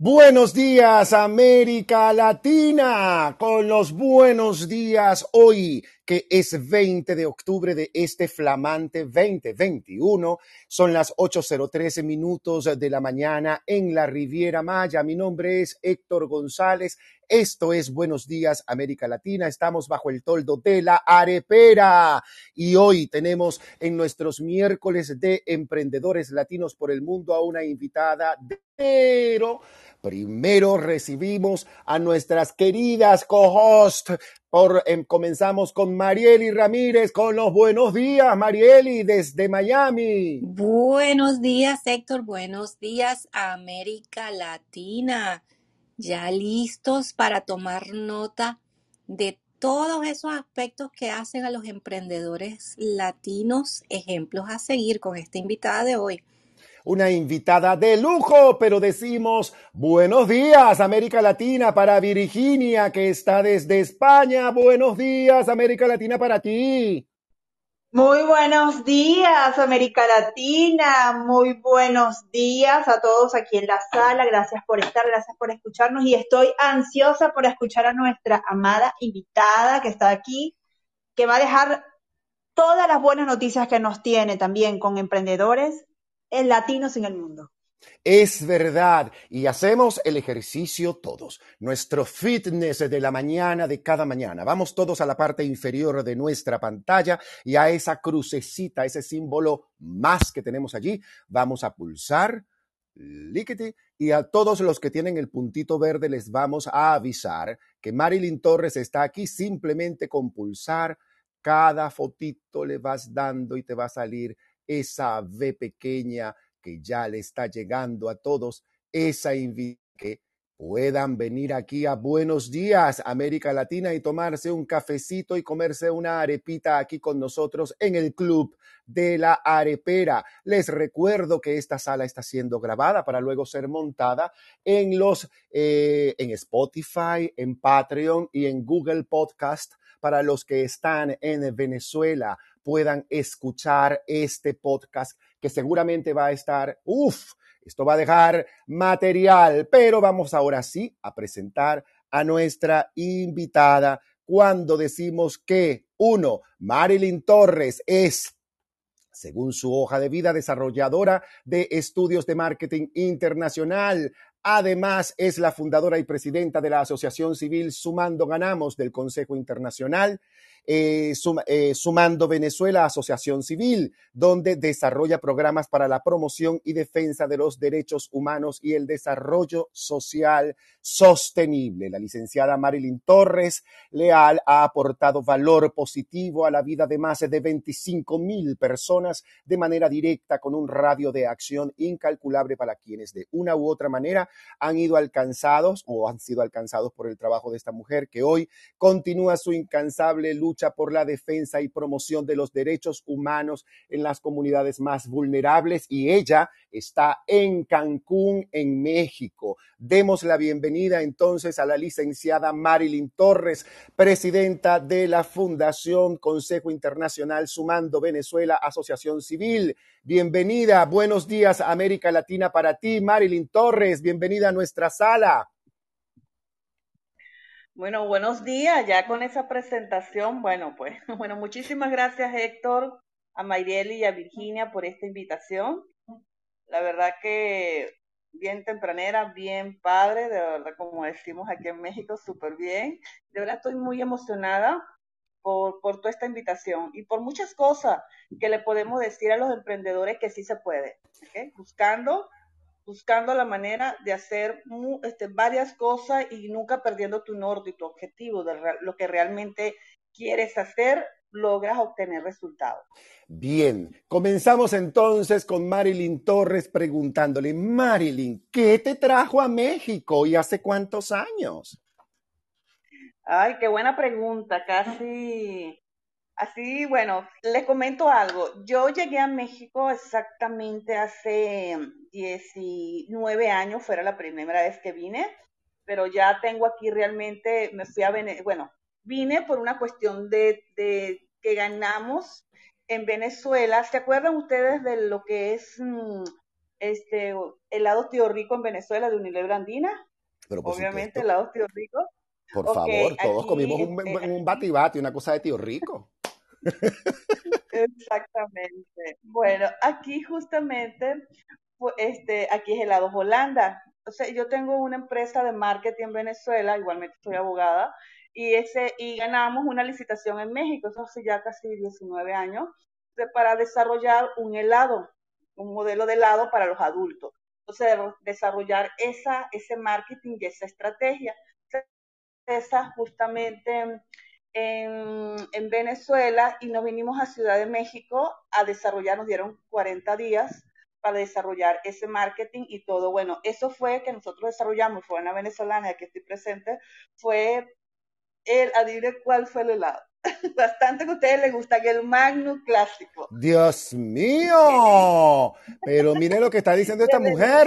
Buenos días, América Latina, con los buenos días hoy, que es 20 de octubre de este flamante 2021. Son las 8:03 minutos de la mañana en la Riviera Maya. Mi nombre es Héctor González. Esto es Buenos Días, América Latina. Estamos bajo el toldo de la arepera. Y hoy tenemos en nuestros miércoles de Emprendedores Latinos por el Mundo a una invitada pero primero recibimos a nuestras queridas co-hosts. Comenzamos con Marieli Ramírez con los buenos días, Marieli, desde Miami. Buenos días, Héctor. Buenos días, América Latina. Ya listos para tomar nota de todos esos aspectos que hacen a los emprendedores latinos ejemplos a seguir con esta invitada de hoy. Una invitada de lujo, pero decimos buenos días, América Latina, para Virginia, que está desde España. Buenos días, América Latina, para ti. Muy buenos días, América Latina. Muy buenos días a todos aquí en la sala. Gracias por estar, gracias por escucharnos. Y estoy ansiosa por escuchar a nuestra amada invitada que está aquí, que va a dejar todas las buenas noticias que nos tiene también con emprendedores latinos en el mundo. Es verdad, y hacemos el ejercicio todos, nuestro fitness de la mañana, de cada mañana. Vamos todos a la parte inferior de nuestra pantalla y a esa crucecita, ese símbolo más que tenemos allí, vamos a pulsar, líquete, y a todos los que tienen el puntito verde les vamos a avisar que Marilyn Torres está aquí. Simplemente con pulsar cada fotito le vas dando y te va a salir esa V pequeña que ya le está llegando a todos, esa invitación que puedan venir aquí a Buenos Días, América Latina, y tomarse un cafecito y comerse una arepita aquí con nosotros en el Club de la Arepera. Les recuerdo que esta sala está siendo grabada para luego ser montada en Spotify, en Patreon y en Google Podcast. Para los que están en Venezuela puedan escuchar este podcast que seguramente va a estar, esto va a dejar material, pero vamos ahora sí a presentar a nuestra invitada. Cuando decimos que, Marilyn Torres es, según su hoja de vida, desarrolladora de estudios de marketing internacional. Además, es la fundadora y presidenta de la Asociación Civil Sumando Ganamos del Consejo Internacional, Sumando Venezuela, Asociación Civil, donde desarrolla programas para la promoción y defensa de los derechos humanos y el desarrollo social sostenible. La licenciada Marilyn Torres Leal ha aportado valor positivo a la vida de más de 25,000 personas de manera directa, con un radio de acción incalculable para quienes de una u otra manera han sido alcanzados por el trabajo de esta mujer, que hoy continúa su incansable lucha por la defensa y promoción de los derechos humanos en las comunidades más vulnerables, y ella está en Cancún, en México. Demos la bienvenida entonces a la licenciada Marilyn Torres, presidenta de la Fundación Consejo Internacional Sumando Venezuela, Asociación Civil. Bienvenida, buenos días, América Latina, para ti, Marilyn Torres. Bienvenida a nuestra sala. Bueno, buenos días, ya con esa presentación, muchísimas gracias, Héctor, a Mayrieli y a Virginia por esta invitación. La verdad que bien tempranera, bien padre, de verdad, como decimos aquí en México, súper bien. De verdad estoy muy emocionada por toda esta invitación y por muchas cosas que le podemos decir a los emprendedores que sí se puede, ¿okay? Buscando la manera de hacer varias cosas y nunca perdiendo tu norte y tu objetivo de lo que realmente quieres hacer, logras obtener resultados. Bien, comenzamos entonces con Marilyn Torres preguntándole, Marilyn, ¿qué te trajo a México y hace cuántos años? Ay, qué buena pregunta, bueno, les comento algo. Yo llegué a México exactamente hace 19 años, fuera la primera vez que vine, pero ya tengo aquí realmente, me fui a vine por una cuestión de que ganamos en Venezuela. ¿Se acuerdan ustedes de lo que es helado Tío Rico en Venezuela de Unilever Andina, Pero por obviamente supuesto, helado Tío Rico. por Ok, favor, todos comimos aquí, un bati-bati, una cosa de Tío Rico. exactamente. Bueno, aquí justamente, aquí es helados Holanda. O sea, yo tengo una empresa de marketing en Venezuela, igualmente soy abogada, y ganamos una licitación en México, eso hace ya casi 19 años, para desarrollar un helado, un modelo de helado para los adultos. Entonces, desarrollar ese marketing y esa estrategia. Esa justamente en Venezuela y nos vinimos a Ciudad de México a desarrollar, nos dieron 40 días para desarrollar ese marketing y todo. Bueno, eso fue que nosotros desarrollamos, fue una venezolana, aquí estoy presente, fue adivinen cuál fue el helado. Bastante que a ustedes les gusta, que el Magnum clásico. Dios mío, pero mire lo que está diciendo esta mujer.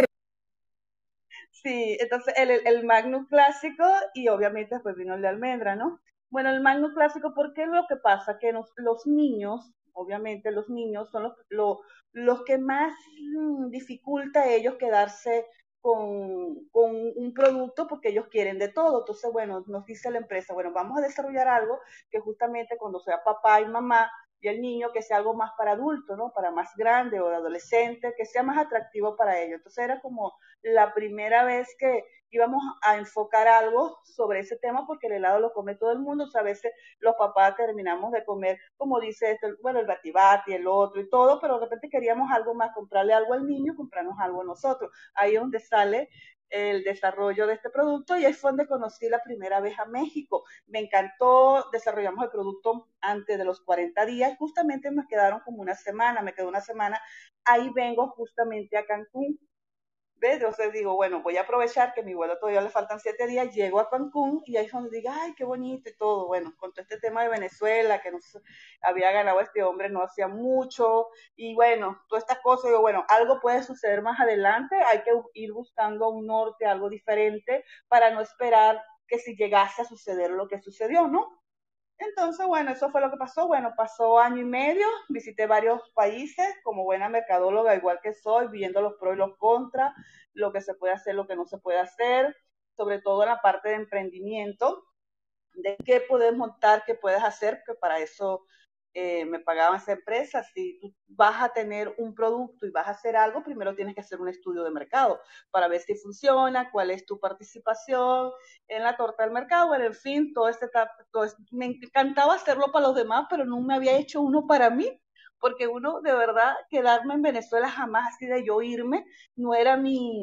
Sí, entonces el Magnum clásico y obviamente después vino el de almendra, ¿no? Bueno, el Magnum clásico, ¿por qué es lo que pasa? Que los niños, obviamente los niños son los que más dificulta a ellos quedarse con un producto porque ellos quieren de todo. Entonces, bueno, nos dice la empresa, bueno, vamos a desarrollar algo que justamente cuando sea papá y mamá y el niño, que sea algo más para adulto, ¿no? Para más grande o adolescente, que sea más atractivo para ellos. Entonces era como la primera vez que íbamos a enfocar algo sobre ese tema porque el helado lo come todo el mundo, o sea, a veces los papás terminamos de comer, como dice esto, bueno, el batibati, el otro y todo, pero de repente queríamos algo más, comprarle algo al niño, comprarnos algo a nosotros. Ahí es donde sale el desarrollo de este producto y ahí fue donde conocí la primera vez a México. Me encantó, desarrollamos el producto antes de los 40 días, justamente me quedaron como una semana, me quedó una semana, ahí vengo justamente a Cancún. ¿Ves? Entonces digo, bueno, voy a aprovechar que mi vuelo todavía le faltan 7 días, llego a Cancún y ahí es donde digo, ay, qué bonito y todo. Bueno, con todo este tema de Venezuela, que nos había ganado este hombre no hacía mucho, y bueno, todas estas cosas, digo, bueno, algo puede suceder más adelante, hay que ir buscando un norte, algo diferente, para no esperar que si llegase a suceder lo que sucedió, ¿no? Entonces, bueno, eso fue lo que pasó. Bueno, pasó año y medio, visité varios países como buena mercadóloga, igual que soy, viendo los pros y los contras, lo que se puede hacer, lo que no se puede hacer, sobre todo en la parte de emprendimiento, de qué puedes montar, qué puedes hacer, que para eso me pagaban esa empresa. Si tú vas a tener un producto y vas a hacer algo, primero tienes que hacer un estudio de mercado para ver si funciona, cuál es tu participación en la torta del mercado, bueno, en fin, me encantaba hacerlo para los demás, pero no me había hecho uno para mí, porque uno, de verdad, quedarme en Venezuela jamás, así de yo irme, no era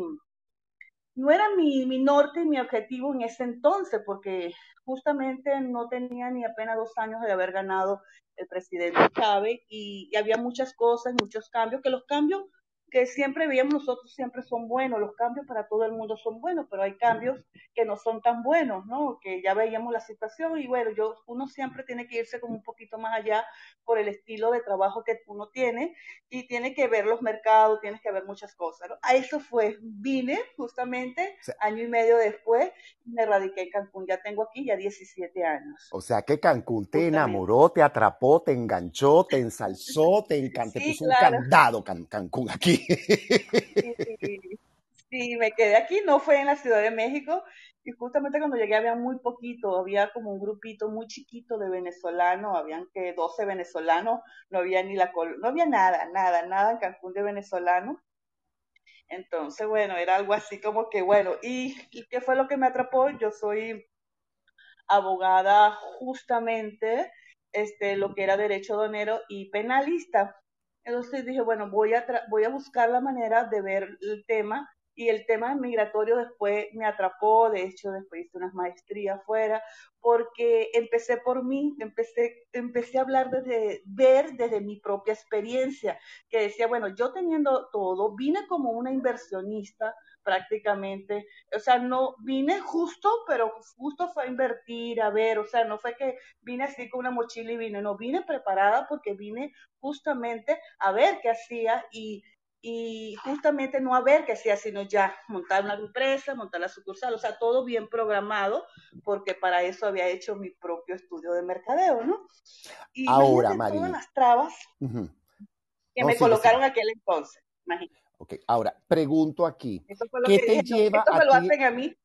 mi norte y mi objetivo en ese entonces, porque justamente no tenía ni apenas 2 años de haber ganado el presidente Chávez y había muchas cosas, muchos cambios, que los cambios que siempre veíamos nosotros siempre son buenos, los cambios para todo el mundo son buenos, pero hay cambios que no son tan buenos, ¿no? Que ya veíamos la situación y bueno, uno siempre tiene que irse como un poquito más allá por el estilo de trabajo que uno tiene y tiene que ver los mercados, tienes que ver muchas cosas, ¿no? A eso fue, vine justamente año y medio después, me radiqué en Cancún, ya tengo aquí ya 17 años. O sea que Cancún te Justamente. enamoró, te atrapó, te enganchó, te ensalzó, te Sí, puso un claro. candado Cancún aquí. Sí, sí, me quedé aquí, no fue en la Ciudad de México, y justamente cuando llegué había muy poquito, había como un grupito muy chiquito de venezolanos, habían que 12 venezolanos, no había no había nada, nada, nada en Cancún de venezolanos. Entonces, bueno, era algo así como que, bueno, ¿y qué fue lo que me atrapó? Yo soy abogada justamente, lo que era derecho donero y penalista. Entonces dije, bueno, voy a buscar la manera de ver el tema y el tema migratorio después me atrapó, de hecho después hice unas maestrías afuera, porque empecé por mí, empecé a hablar ver desde mi propia experiencia, que decía, bueno, yo teniendo todo, vine como una inversionista prácticamente, o sea, no vine justo, pero justo fue a invertir, a ver, o sea, no fue que vine así con una mochila y vine, no, vine preparada porque vine justamente a ver qué hacía y justamente no a ver qué hacía, sino ya montar una empresa, montar la sucursal, o sea, todo bien programado, porque para eso había hecho mi propio estudio de mercadeo, ¿no? Y Ahora, imagínate todas Marilyn. las trabas Uh-huh. que No, me sigue, colocaron sigue. aquel entonces, imagínate. Ok, ahora pregunto aquí, Eso fue lo ¿qué que te dije, no, lleva esto me a lo ti? hacen a mí.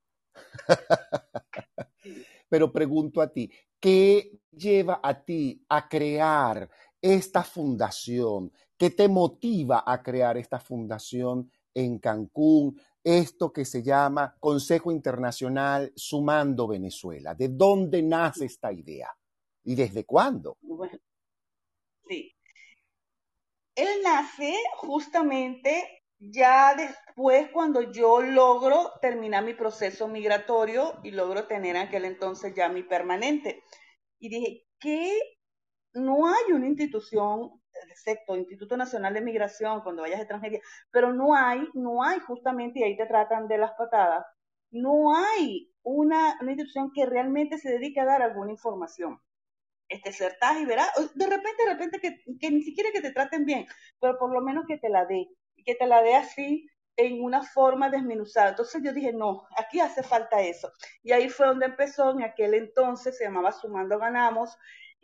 Pero pregunto a ti, ¿qué lleva a ti a crear esta fundación? ¿Qué te motiva a crear esta fundación en Cancún? Esto que se llama Consejo Internacional Sumando Venezuela. ¿De dónde nace esta idea? ¿Y desde cuándo? Bueno, sí. Él nace justamente ya después cuando yo logro terminar mi proceso migratorio y logro tener en aquel entonces ya mi permanente. Y dije, ¿qué? No hay una institución, excepto Instituto Nacional de Migración, cuando vayas a extranjería, pero no hay justamente, y ahí te tratan de las patadas, no hay una institución que realmente se dedique a dar alguna información. Certaj y verás, de repente que ni siquiera que te traten bien, pero por lo menos que te la dé, y que te la dé así en una forma desmenuzada. Entonces yo dije, no, aquí hace falta eso. Y ahí fue donde empezó, en aquel entonces se llamaba Sumando Ganamos,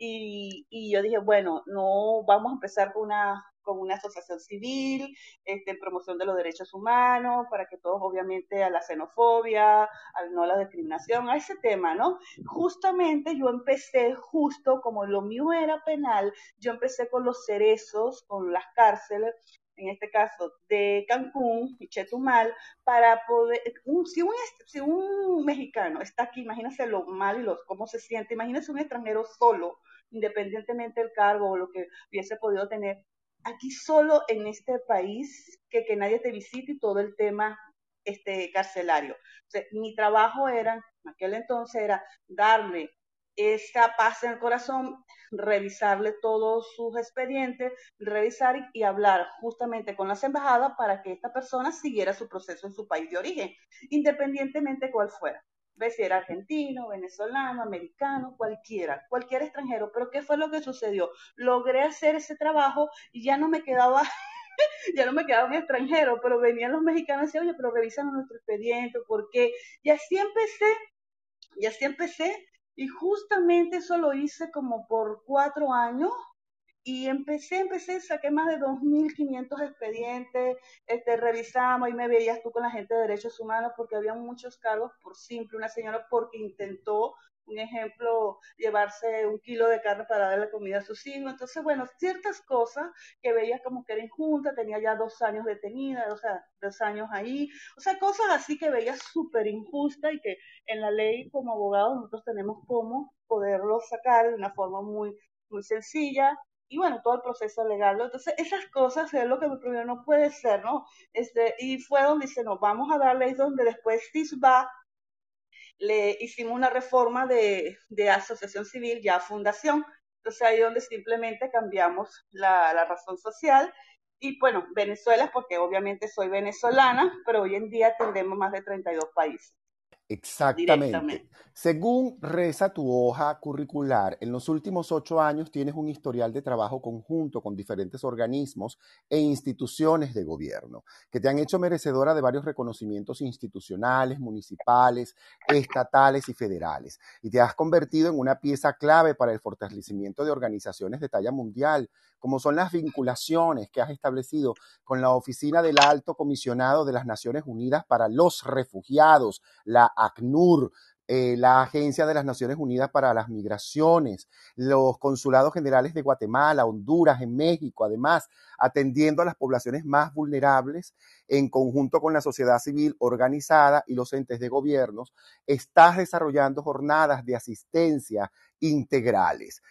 y yo dije, bueno, no, vamos a empezar con una asociación civil, promoción de los derechos humanos, para que todos obviamente a la xenofobia, no a la discriminación, a ese tema, ¿no? Justamente yo empecé, justo como lo mío era penal, yo empecé con los cerezos, con las cárceles, en este caso de Cancún y Chetumal, para poder, si un mexicano está aquí, imagínense lo mal y cómo se siente, imagínense un extranjero solo, independientemente del cargo o lo que hubiese podido tener, aquí solo en este país, que nadie te visite y todo el tema carcelario. O sea, mi trabajo era, en aquel entonces, era darle esa paz en el corazón, revisarle todos sus expedientes, revisar y hablar justamente con las embajadas para que esta persona siguiera su proceso en su país de origen, independientemente cuál fuera. Ves si era argentino, venezolano, americano, cualquier extranjero. Pero ¿qué fue lo que sucedió? Logré hacer ese trabajo y ya no me quedaba un extranjero, pero venían los mexicanos y decían, oye, pero revisan nuestro expediente, ¿por qué? Y así empecé, y justamente eso lo hice como por 4 años, y saqué más de 2.500 expedientes, revisamos, y me veías tú con la gente de derechos humanos, porque había muchos cargos por simple, una señora porque intentó, un ejemplo, llevarse 1 kilo de carne para darle comida a sus hijos. Entonces, bueno, ciertas cosas que veías como que era injusta, tenía ya 2 años detenida, o sea, 2 años ahí, o sea, cosas así que veías súper injusta, y que en la ley como abogados nosotros tenemos cómo poderlo sacar de una forma muy, muy sencilla, y bueno, todo el proceso legal, ¿no? Entonces, esas cosas es lo que primero no puede ser, ¿no? Y fue donde dice, no, vamos a darle, donde después CISBA le hicimos una reforma de asociación civil ya a fundación. Entonces, ahí donde simplemente cambiamos la razón social. Y bueno, Venezuela, porque obviamente soy venezolana, pero hoy en día atendemos más de 32 países Exactamente. directamente. Según reza tu hoja curricular, en los últimos 8 años tienes un historial de trabajo conjunto con diferentes organismos e instituciones de gobierno que te han hecho merecedora de varios reconocimientos institucionales, municipales, estatales y federales. Y te has convertido en una pieza clave para el fortalecimiento de organizaciones de talla mundial, como son las vinculaciones que has establecido con la Oficina del Alto Comisionado de las Naciones Unidas para los Refugiados, la ACNUR, la Agencia de las Naciones Unidas para las Migraciones, los consulados generales de Guatemala, Honduras, en México, además, atendiendo a las poblaciones más vulnerables en conjunto con la sociedad civil organizada y los entes de gobiernos. Estás desarrollando jornadas de asistencia integrales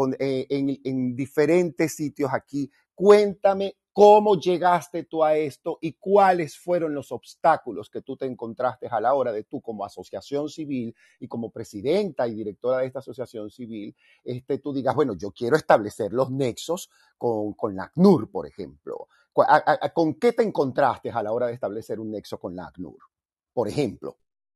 en diferentes sitios aquí. Cuéntame cómo llegaste tú a esto y cuáles fueron los obstáculos que tú te encontraste a la hora de tú, como asociación civil y como presidenta y directora de esta asociación civil, tú digas, bueno, yo quiero establecer los nexos con la ACNUR, por ejemplo. ¿Con qué te encontraste a la hora de establecer un nexo con la ACNUR, por ejemplo?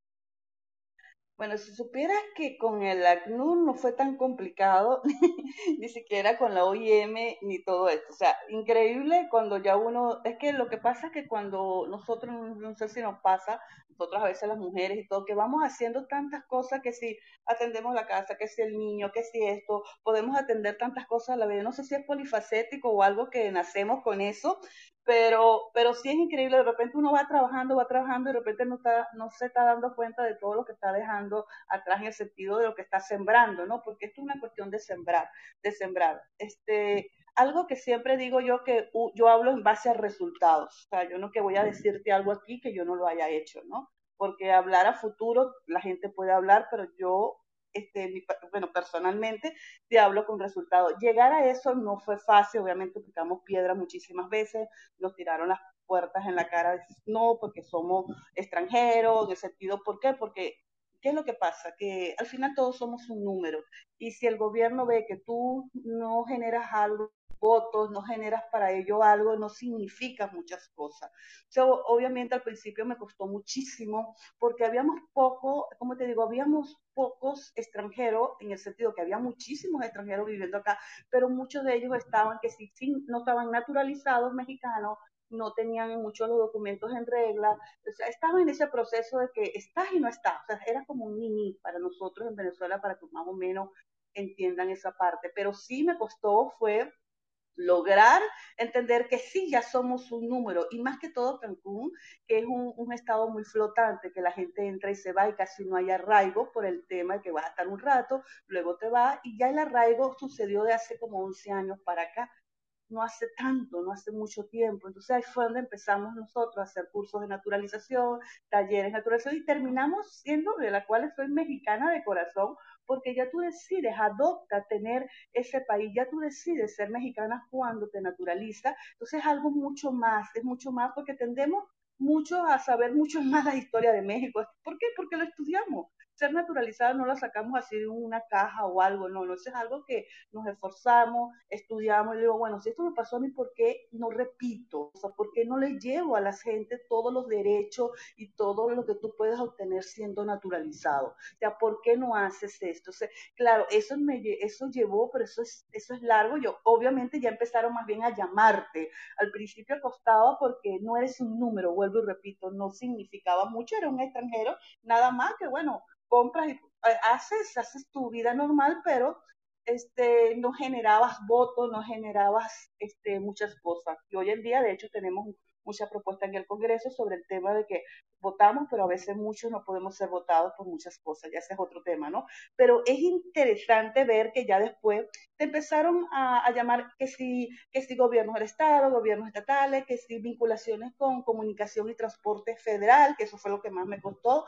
Bueno, si supieras que con el ACNUR no fue tan complicado, ni siquiera con la OIM ni todo esto. O sea, increíble cuando ya uno, es que lo que pasa es que cuando nosotros, no sé si nos pasa, nosotros a veces las mujeres y todo, que vamos haciendo tantas cosas, que si atendemos la casa, que si el niño, que si esto, podemos atender tantas cosas a la vez. No sé si es polifacético o algo que nacemos con eso, pero sí es increíble. De repente uno va trabajando y de repente no se está dando cuenta de todo lo que está dejando atrás en el sentido de lo que está sembrando, ¿no? Porque esto es una cuestión de sembrar, de sembrar. Algo que siempre digo yo, que yo hablo en base a resultados. O sea, yo no que voy a decirte algo aquí que yo no lo haya hecho, ¿no? Porque hablar a futuro, la gente puede hablar, pero yo, bueno, personalmente, te hablo con resultados. Llegar a eso no fue fácil, obviamente picamos piedra muchísimas veces, nos tiraron las puertas en la cara, no, porque somos extranjeros, en el sentido, ¿por qué? Porque, ¿qué es lo que pasa? Que al final todos somos un número, y si el gobierno ve que tú no generas algo, votos, no generas para ello algo, no significa muchas cosas. Obviamente al principio me costó muchísimo porque habíamos poco, como te digo, habíamos pocos extranjeros, en el sentido que había muchísimos extranjeros viviendo acá, pero muchos de ellos estaban que sí, no estaban naturalizados mexicanos, no tenían muchos los documentos en regla, o sea, estaban en ese proceso de que estás y no estás, o sea, era como un mini para nosotros en Venezuela para que más o menos entiendan esa parte, pero sí me costó fue lograr entender que sí, ya somos un número, y más que todo Cancún, que es un estado muy flotante, que la gente entra y se va y casi no hay arraigo por el tema de que vas a estar un rato, luego te va, y ya el arraigo sucedió de hace como 11 años para acá, no hace tanto, no hace mucho tiempo. Entonces ahí fue donde empezamos nosotros a hacer cursos de naturalización, talleres de naturalización y terminamos siendo, de la cual soy mexicana de corazón, porque ya tú decides, adopta tener ese país, ya tú decides ser mexicana cuando te naturaliza. Entonces es algo es mucho más porque tendemos mucho a saber mucho más la historia de México. ¿Por qué? Porque lo estudiamos. Ser naturalizada no la sacamos así de una caja o algo, no, no, eso es algo que nos esforzamos, estudiamos y digo, bueno, si esto me pasó a mí, ¿por qué no repito? O sea, ¿por qué no le llevo a la gente todos los derechos y todo lo que tú puedes obtener siendo naturalizado? O sea, ¿por qué no haces esto? O sea, claro, eso llevó, pero eso es largo. Yo, obviamente ya empezaron más bien a llamarte. Al principio costaba porque no eres un número, vuelvo y repito, no significaba mucho, era un extranjero, nada más que, bueno, compras y haces tu vida normal, pero no generabas votos, no generabas muchas cosas. Y hoy en día, de hecho, tenemos mucha propuesta en el Congreso sobre el tema de que votamos, pero a veces muchos no podemos ser votados por muchas cosas, ya ese es otro tema, ¿no? Pero es interesante ver que ya después te empezaron a llamar que si gobiernos del Estado, gobiernos estatales, que si vinculaciones con comunicación y transporte federal, que eso fue lo que más me costó,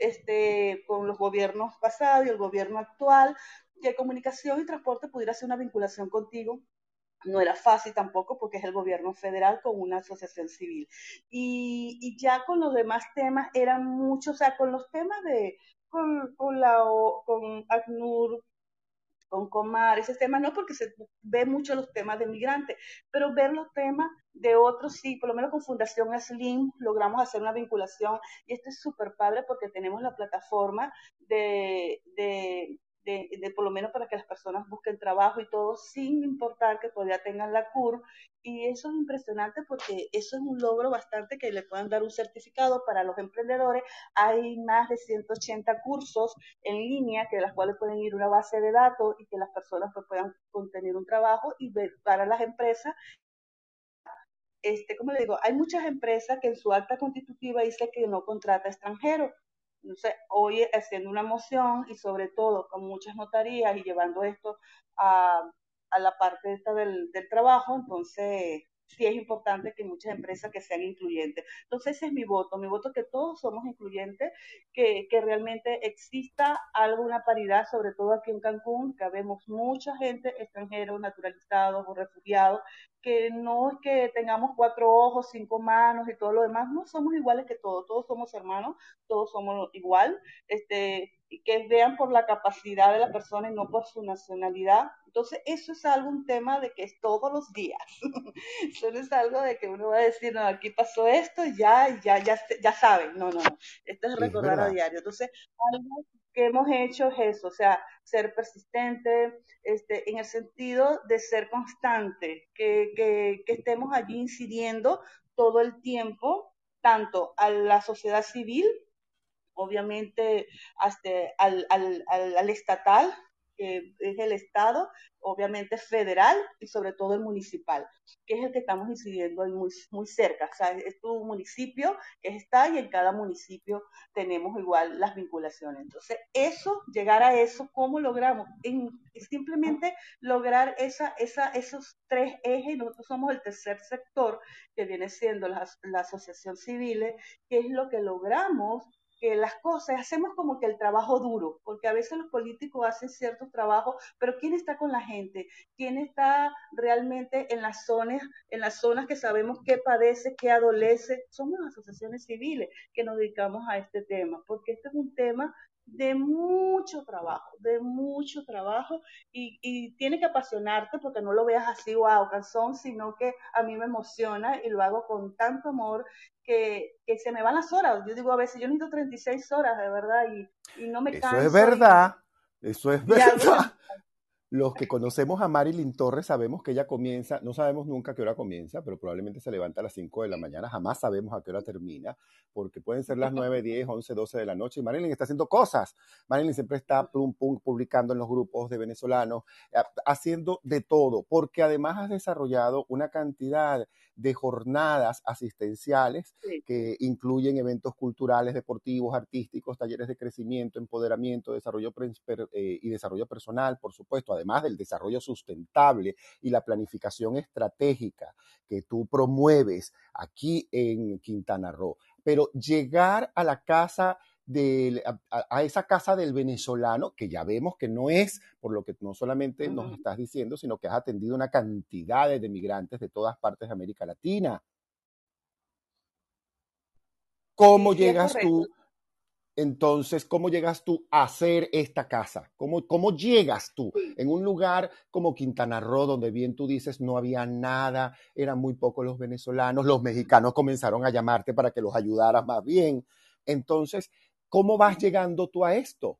con los gobiernos pasados y el gobierno actual, que comunicación y transporte pudiera ser una vinculación contigo. No era fácil tampoco porque es el gobierno federal con una asociación civil. Y ya con los demás temas eran muchos, o sea, con los temas con ACNUR, con Comar, ese tema no porque se ve mucho los temas de migrantes, pero ver los temas de otros sí, por lo menos con Fundación Slim logramos hacer una vinculación y esto es súper padre porque tenemos la plataforma por lo menos para que las personas busquen trabajo y todo sin importar que todavía tengan la CUR y eso es impresionante porque eso es un logro bastante que le puedan dar un certificado para los emprendedores. Hay más de 180 cursos en línea, que de las cuales pueden ir a una base de datos y que las personas pues, puedan contener un trabajo y ver para las empresas, como le digo, hay muchas empresas que en su acta constitutiva dice que no contrata extranjeros. Entonces, hoy haciendo una moción y sobre todo con muchas notarías y llevando esto a, a la parte esta del trabajo, entonces sí es importante que muchas empresas que sean incluyentes. Entonces ese es mi voto que todos somos incluyentes, que realmente exista alguna paridad, sobre todo aquí en Cancún, que vemos mucha gente extranjeros, naturalizados o refugiados, que no es que tengamos 4 ojos, 5 manos y todo lo demás, no somos iguales que todos, todos somos hermanos, todos somos igual, y que vean por la capacidad de la persona y no por su nacionalidad. Entonces, eso es algo, un tema de que es todos los días. Eso no es algo de que uno va a decir, no, aquí pasó esto, ya saben. No, no, no. Esto es Es recordar a verdad. diario. Entonces, algo que hemos hecho es eso, o sea, ser persistente, en el sentido de ser constante, que estemos allí incidiendo todo el tiempo, tanto a la sociedad civil obviamente hasta al estatal, que es el Estado, obviamente federal y sobre todo el municipal, que es el que estamos incidiendo ahí muy, muy cerca. O sea, es tu municipio que está y en cada municipio tenemos igual las vinculaciones. Entonces, eso, llegar a eso, ¿cómo logramos? Simplemente lograr esos tres ejes. Nosotros somos el tercer sector, que viene siendo la asociación civil, que es lo que logramos que las cosas, hacemos como que el trabajo duro, porque a veces los políticos hacen ciertos trabajos, pero ¿quién está con la gente? ¿Quién está realmente en las zonas que sabemos qué padece, qué adolece? Somos las asociaciones civiles que nos dedicamos a este tema, porque este es un tema de mucho trabajo y tiene que apasionarte porque no lo veas así, wow, cansón, sino que a mí me emociona y lo hago con tanto amor que se me van las horas. Yo digo, a veces yo necesito 36 horas, de verdad, y no me Eso es canso verdad, eso es y algo se me... verdad. Los que conocemos a Marilyn Torres sabemos que ella comienza, no sabemos nunca a qué hora comienza, pero probablemente se levanta a las 5 de la mañana, jamás sabemos a qué hora termina, porque pueden ser las 9, 10, 11, 12 de la noche y Marilyn está haciendo cosas. Marilyn siempre está publicando en los grupos de venezolanos, haciendo de todo, porque además has desarrollado una cantidad de jornadas asistenciales Sí, que incluyen eventos culturales, deportivos, artísticos, talleres de crecimiento, empoderamiento, desarrollo y desarrollo personal, por supuesto, además del desarrollo sustentable y la planificación estratégica que tú promueves aquí en Quintana Roo. Pero llegar a la casa a esa casa del venezolano, que ya vemos que no es, por lo que no solamente nos estás diciendo, sino que has atendido una cantidad de migrantes de todas partes de América Latina. sí, ¿Cómo sí, es llegas correcto. tú? Entonces, ¿cómo llegas tú a hacer esta casa? ¿Cómo llegas tú Sí. en un lugar como Quintana Roo, donde bien tú dices no había nada, eran muy pocos los venezolanos, los mexicanos comenzaron a llamarte para que los ayudaras más bien? Entonces, ¿cómo vas llegando tú a esto?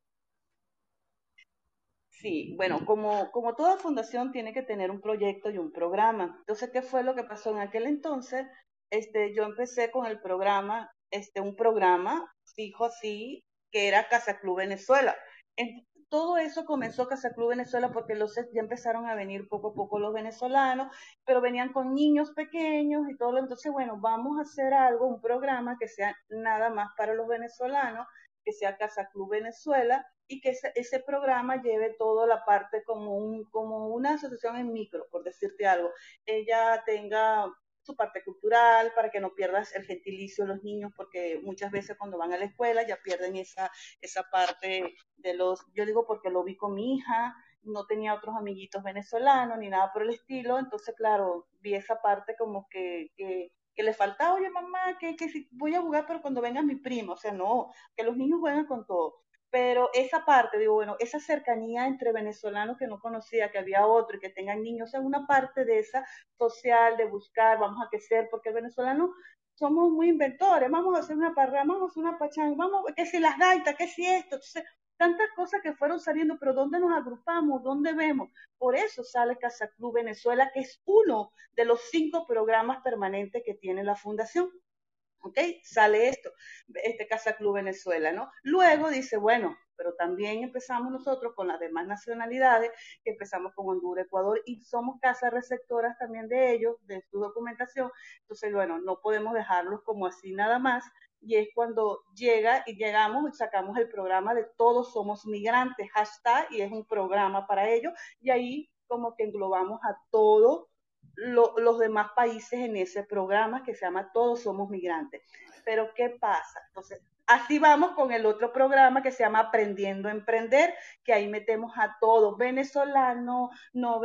Sí, bueno, como toda fundación tiene que tener un proyecto y un programa. Entonces, ¿qué fue lo que pasó en aquel entonces? Yo empecé con el programa, un programa fijo así, que era Casa Club Venezuela. Todo eso comenzó Casa Club Venezuela porque ya empezaron a venir poco a poco los venezolanos, pero venían con niños pequeños y todo lo. Entonces, bueno, vamos a hacer algo, un programa que sea nada más para los venezolanos, que sea Casa Club Venezuela y que ese programa lleve toda la parte como una asociación en micro, por decirte algo. Ella tenga su parte cultural para que no pierdas el gentilicio de los niños, porque muchas veces cuando van a la escuela ya pierden esa parte de yo digo porque lo vi con mi hija, no tenía otros amiguitos venezolanos ni nada por el estilo, entonces claro, vi esa parte como que le faltaba, oye mamá, que si voy a jugar pero cuando venga mi primo, o sea, no, que los niños juegan con todo. Pero esa parte, digo, bueno, esa cercanía entre venezolanos que no conocía, que había otro y que tengan niños, o sea, una parte de esa social, de buscar, vamos a crecer, porque el venezolano somos muy inventores, vamos a hacer una parranda, vamos a hacer una pachanga, vamos, que si las gaitas, que si esto, entonces, tantas cosas que fueron saliendo, pero ¿dónde nos agrupamos? ¿Dónde vemos? Por eso sale Casa Club Venezuela, que es uno de los 5 programas permanentes que tiene la fundación. ¿Ok? Sale esto, Casa Club Venezuela, ¿no? Luego dice, bueno, pero también empezamos nosotros con las demás nacionalidades, que empezamos con Honduras, Ecuador, y somos casas receptoras también de ellos, de su documentación. Entonces, bueno, no podemos dejarlos como así nada más, y es cuando llegamos y sacamos el programa de Todos Somos Migrantes, hashtag, y es un programa para ellos, y ahí como que englobamos a todos los demás países en ese programa que se llama Todos Somos Migrantes. Pero ¿qué pasa? Entonces, así vamos con el otro programa que se llama Aprendiendo a Emprender, que ahí metemos a todos, venezolanos, no,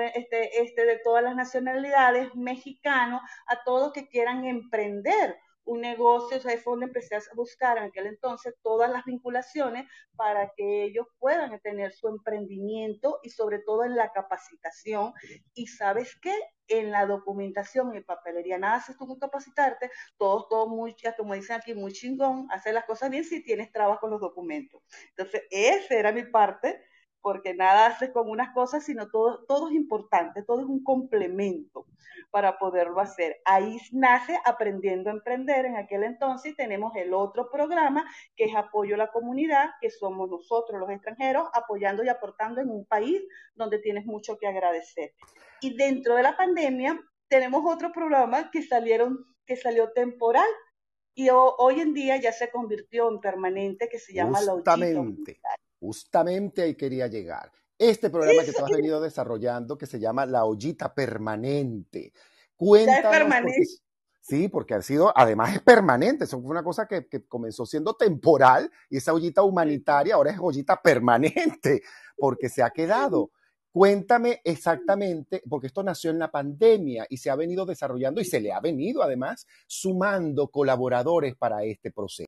de todas las nacionalidades, mexicanos, a todos que quieran emprender un negocio. O sea, fue donde empecé a buscar en aquel entonces todas las vinculaciones para que ellos puedan tener su emprendimiento y sobre todo en la capacitación. Y ¿sabes qué? En la documentación y papelería, nada haces tú con capacitarte, todo muy, como dicen aquí, muy chingón, hacer las cosas bien si tienes trabas con los documentos. Entonces, esa era mi parte porque nada haces con unas cosas, sino todo es importante, todo es un complemento para poderlo hacer. Ahí nace Aprendiendo a Emprender en aquel entonces, y tenemos el otro programa que es Apoyo a la Comunidad, que somos nosotros los extranjeros apoyando y aportando en un país donde tienes mucho que agradecer. Y dentro de la pandemia tenemos otro programa que salió temporal, y hoy en día ya se convirtió en permanente, que se llama La Ollita Humanitaria. Justamente ahí quería llegar. Este programa que tú has venido desarrollando, que se llama La Ollita Permanente. Ya es Cuéntanos, porque permanente. sí, porque ha sido, además es permanente, eso fue una cosa que comenzó siendo temporal, y esa ollita humanitaria ahora es ollita permanente, porque se ha quedado. Cuéntame exactamente, porque esto nació en la pandemia y se ha venido desarrollando y se le ha venido además sumando colaboradores para este proceso.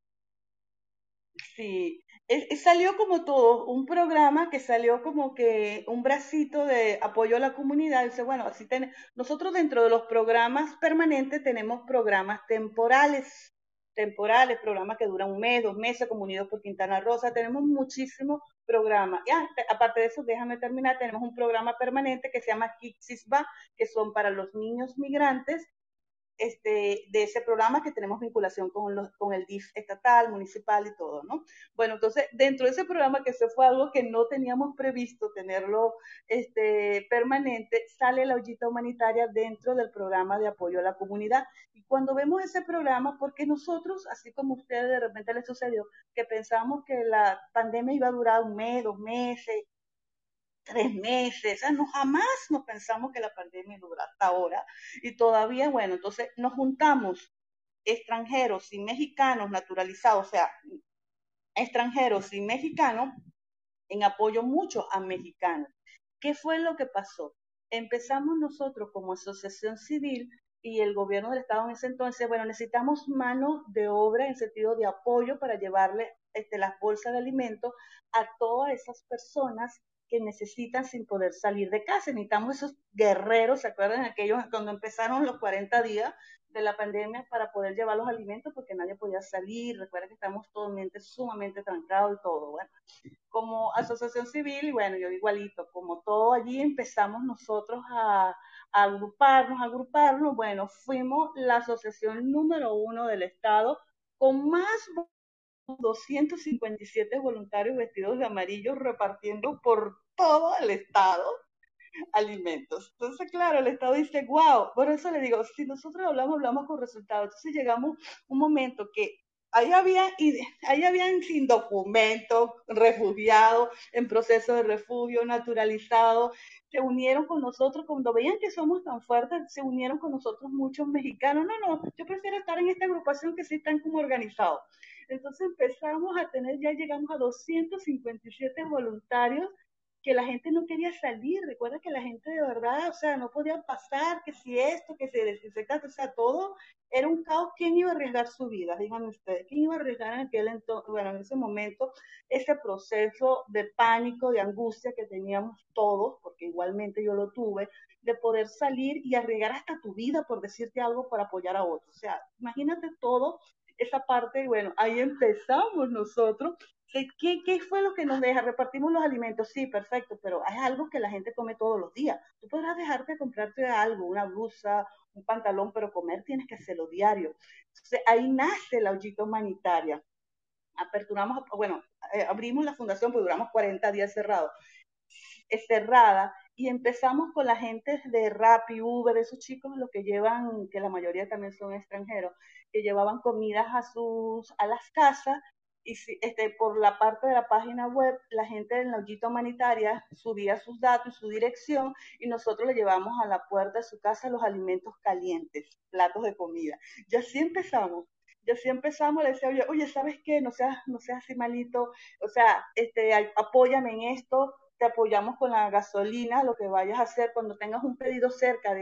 Sí, salió como todo, un programa que salió como que un bracito de apoyo a la comunidad. Dice, bueno, nosotros dentro de los programas permanentes tenemos programas temporales, programas que duran un mes, 2 meses, como Unidos por Quintana Rosa, tenemos muchísimos programas. Aparte de eso, déjame terminar, tenemos un programa permanente que se llama Kixisba, que son para los niños migrantes, de ese programa, que tenemos vinculación con el DIF estatal, municipal y todo, ¿no? Bueno, entonces, dentro de ese programa, que eso fue algo que no teníamos previsto tenerlo permanente, sale la ollita humanitaria dentro del programa de apoyo a la comunidad. Y cuando vemos ese programa, porque nosotros, así como a ustedes de repente les sucedió, que pensamos que la pandemia iba a durar un mes, 2 meses, 3 meses, o sea, no, jamás nos pensamos que la pandemia dura hasta ahora, y todavía, bueno, entonces nos juntamos extranjeros y mexicanos naturalizados, o sea, extranjeros y mexicanos, en apoyo mucho a mexicanos. ¿Qué fue lo que pasó? Empezamos nosotros como asociación civil, y el gobierno del estado en ese entonces, bueno, necesitamos mano de obra en sentido de apoyo para llevarle las bolsas de alimentos a todas esas personas que necesitan sin poder salir de casa. Necesitamos esos guerreros, ¿se acuerdan? Aquellos cuando empezaron los 40 días de la pandemia, para poder llevar los alimentos, porque nadie podía salir. Recuerda que estamos totalmente, sumamente trancados y todo. Bueno, como asociación civil, y bueno, yo igualito, como todo allí, empezamos nosotros a agruparnos, bueno, fuimos la asociación número 1 del estado, con más 257 voluntarios vestidos de amarillo, repartiendo por todo el estado alimentos. Entonces, claro, el Estado dice, wow, por eso le digo, si nosotros hablamos con resultados. Entonces llegamos un momento que ahí habían sin documento, refugiados, en proceso de refugio, naturalizados, se unieron con nosotros, cuando veían que somos tan fuertes, se unieron con nosotros muchos mexicanos. No, yo prefiero estar en esta agrupación, que sí están como organizados. Entonces empezamos a tener, ya llegamos a 257 voluntarios, que la gente no quería salir. Recuerda que la gente de verdad, o sea, no podía pasar, que si esto, que si desinfectante, o sea, todo era un caos. ¿Quién iba a arriesgar su vida? Díganme ustedes, ¿quién iba a arriesgar en ese momento, ese proceso de pánico, de angustia que teníamos todos, porque igualmente yo lo tuve, de poder salir y arriesgar hasta tu vida por decirte algo, para apoyar a otros? O sea, imagínate todo esa parte. Y bueno, ahí empezamos nosotros. ¿Qué fue lo que nos deja? Repartimos los alimentos, sí, perfecto, pero es algo que la gente come todos los días. Tú podrás dejarte de comprarte algo, una blusa, un pantalón, pero comer tienes que hacerlo diario. Entonces, ahí nace la ollita humanitaria. Abrimos la fundación, pues duramos 40 días cerrados, cerrada, y empezamos con la gente de Rappi, Uber, esos chicos, los que llevan, que la mayoría también son extranjeros, que llevaban comidas a las casas. Y por la parte de la página web, la gente de la ollita humanitaria subía sus datos y su dirección, y nosotros le llevamos a la puerta de su casa los alimentos calientes, platos de comida. Y así empezamos. Le decía, oye, ¿sabes qué? No seas así malito, o sea, apóyame en esto, te apoyamos con la gasolina, lo que vayas a hacer cuando tengas un pedido cerca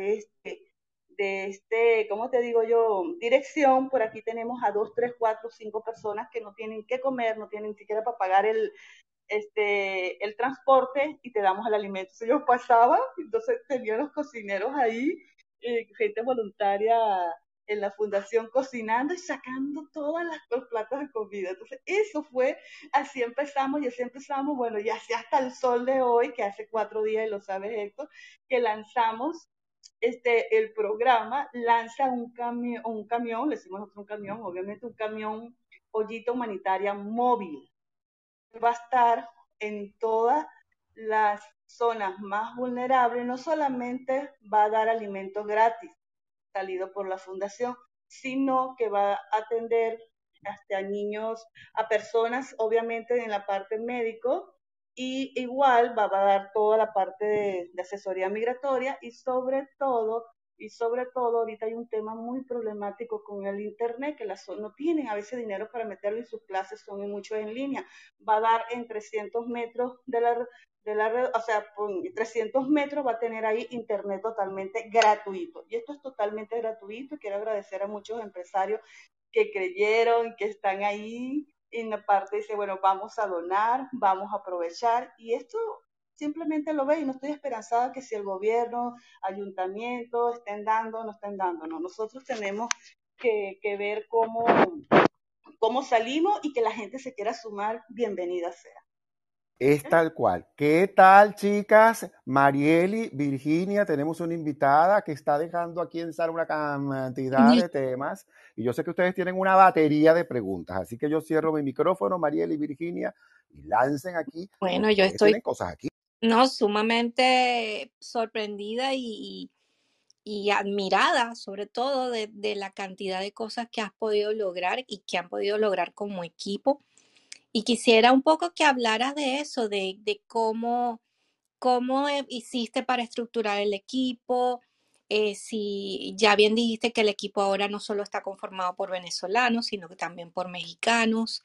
¿cómo te digo yo? Dirección. Por aquí tenemos a 2, 3, 4, 5 personas que no tienen que comer, no tienen ni siquiera para pagar el transporte, y te damos el alimento. Si ellos pasaban, entonces tenían los cocineros ahí, gente voluntaria, en la fundación cocinando y sacando todos los platos de comida. Entonces, eso fue, así empezamos y así empezamos, bueno, y así hasta el sol de hoy, que hace 4 días, y lo sabes Héctor, que lanzamos el programa, lanza un camión, le decimos nosotros un camión, obviamente un camión ollita humanitaria móvil. Va a estar en todas las zonas más vulnerables, no solamente va a dar alimentos gratis, salido por la fundación, sino que va a atender hasta a niños, a personas, obviamente en la parte médico, y igual va a dar toda la parte de asesoría migratoria y sobre todo ahorita hay un tema muy problemático con el internet, que no tienen a veces dinero para meterlo y sus clases son mucho en línea. Va a dar en 300 metros de la red, o sea, por 300 metros va a tener ahí internet totalmente gratuito. Y esto es totalmente gratuito. Quiero agradecer a muchos empresarios que creyeron, que están ahí en la parte, dice, bueno, vamos a donar, vamos a aprovechar. Y esto simplemente lo ve y no estoy esperanzada que si el gobierno, ayuntamiento estén dando, no estén dando. No, nosotros tenemos que ver cómo salimos y que la gente se quiera sumar, bienvenida sea. Es tal cual. ¿Qué tal, chicas? Marieli, Virginia, tenemos una invitada que está dejando aquí en sala una cantidad de temas y yo sé que ustedes tienen una batería de preguntas, así que yo cierro mi micrófono, Marieli y Virginia, y lancen aquí, Bueno, porque yo ustedes estoy tienen cosas aquí. sumamente sorprendida y admirada, sobre todo de la cantidad de cosas que has podido lograr y que han podido lograr como equipo. Y quisiera un poco que hablaras de eso, de cómo hiciste para estructurar el equipo, si ya bien dijiste que el equipo ahora no solo está conformado por venezolanos, sino que también por mexicanos,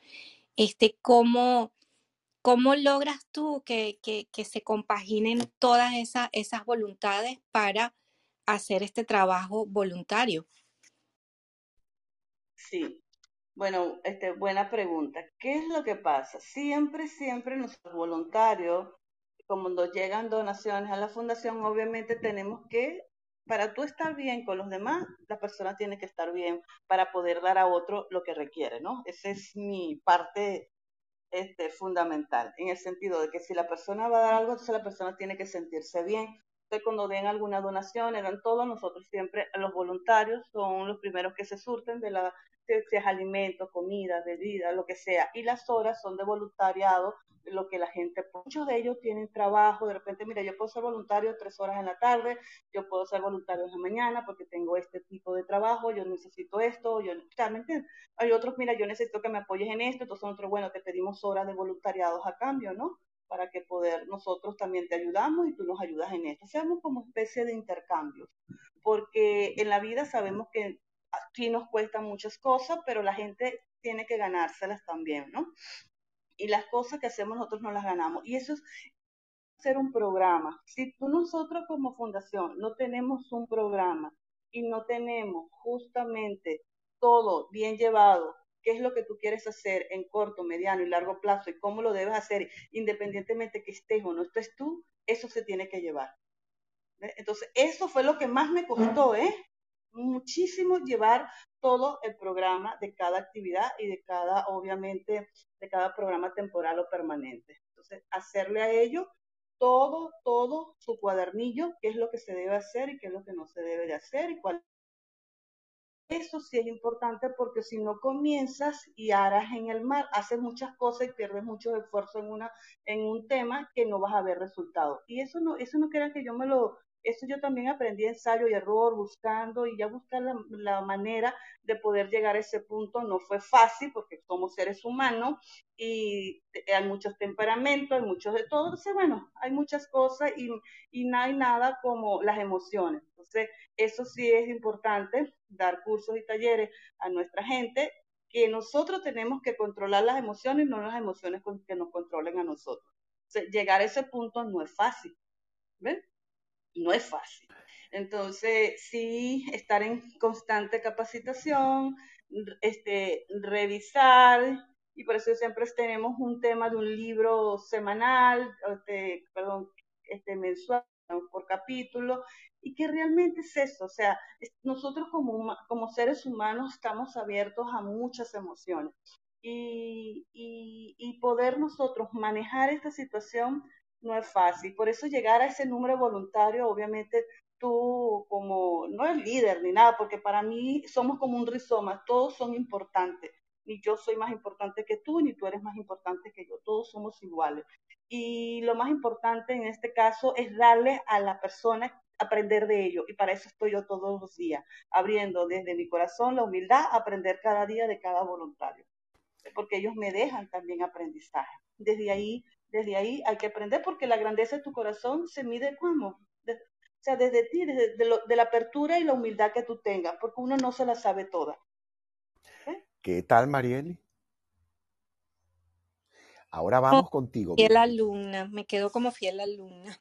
cómo logras tú que se compaginen todas esas voluntades para hacer este trabajo voluntario. Sí, bueno, buena pregunta. ¿Qué es lo que pasa? Siempre nuestros voluntarios, como nos llegan donaciones a la fundación, obviamente tenemos que, para tú estar bien con los demás, la persona tiene que estar bien para poder dar a otro lo que requiere, ¿no? Esa es mi parte fundamental, en el sentido de que si la persona va a dar algo, entonces la persona tiene que sentirse bien. Entonces, cuando den alguna donación, dan todo, nosotros siempre, los voluntarios son los primeros que se surten si es alimento, comida, bebida, lo que sea, y las horas son de voluntariado, lo que la gente, muchos de ellos tienen trabajo, de repente, mira, yo puedo ser voluntario 3 horas en la tarde, yo puedo ser voluntario en la mañana porque tengo este tipo de trabajo, yo necesito esto, ¿me entiendes? Hay otros, mira, yo necesito que me apoyes en esto, entonces nosotros, bueno, te pedimos horas de voluntariados a cambio, ¿no? Para que poder, nosotros también te ayudamos y tú nos ayudas en esto. Seamos como especie de intercambios, porque en la vida sabemos que aquí nos cuestan muchas cosas, pero la gente tiene que ganárselas también, ¿no? Y las cosas que hacemos nosotros no las ganamos. Y eso es hacer un programa. Si nosotros como fundación no tenemos un programa y no tenemos justamente todo bien llevado, qué es lo que tú quieres hacer en corto, mediano y largo plazo y cómo lo debes hacer independientemente que estés o no estés tú, eso se tiene que llevar. ¿Ves? Entonces, eso fue lo que más me costó, muchísimo llevar todo el programa de cada actividad y de cada, obviamente, de cada programa temporal o permanente. Entonces, hacerle a ello todo su cuadernillo, qué es lo que se debe hacer y qué es lo que no se debe de hacer y cuál. Eso sí es importante porque si no comienzas y aras en el mar, haces muchas cosas y pierdes mucho esfuerzo en un tema que no vas a ver resultados. Y eso no crean que eso yo también aprendí ensayo y error, buscando y ya buscar la manera de poder llegar a ese punto. No fue fácil porque somos seres humanos y hay muchos temperamentos, hay muchos de todo. Entonces, bueno, hay muchas cosas y no hay nada como las emociones. Entonces, eso sí es importante, dar cursos y talleres a nuestra gente, que nosotros tenemos que controlar las emociones, no las emociones que nos controlen a nosotros. O sea, llegar a ese punto no es fácil, ¿ven? No es fácil. Entonces, sí, estar en constante capacitación, revisar, y por eso siempre tenemos un tema de un libro semanal, perdón, mensual, por capítulo, y que realmente es eso, o sea, nosotros como seres humanos estamos abiertos a muchas emociones y poder nosotros manejar esta situación no es fácil. Por eso llegar a ese número voluntario, obviamente tú como, no es líder ni nada, porque para mí somos como un rizoma, todos son importantes. Ni yo soy más importante que tú, ni tú eres más importante que yo, todos somos iguales. Y lo más importante en este caso es darle a la persona aprender de ello. Y para eso estoy yo todos los días, abriendo desde mi corazón la humildad, aprender cada día de cada voluntario. Porque ellos me dejan también aprendizaje. Desde ahí hay que aprender porque la grandeza de tu corazón se mide como. O sea, desde ti, de la apertura y la humildad que tú tengas, porque uno no se la sabe toda. ¿Okay? ¿Qué tal, Marieli? Ahora Como vamos contigo, fiel Virginia. alumna, me quedo como fiel alumna.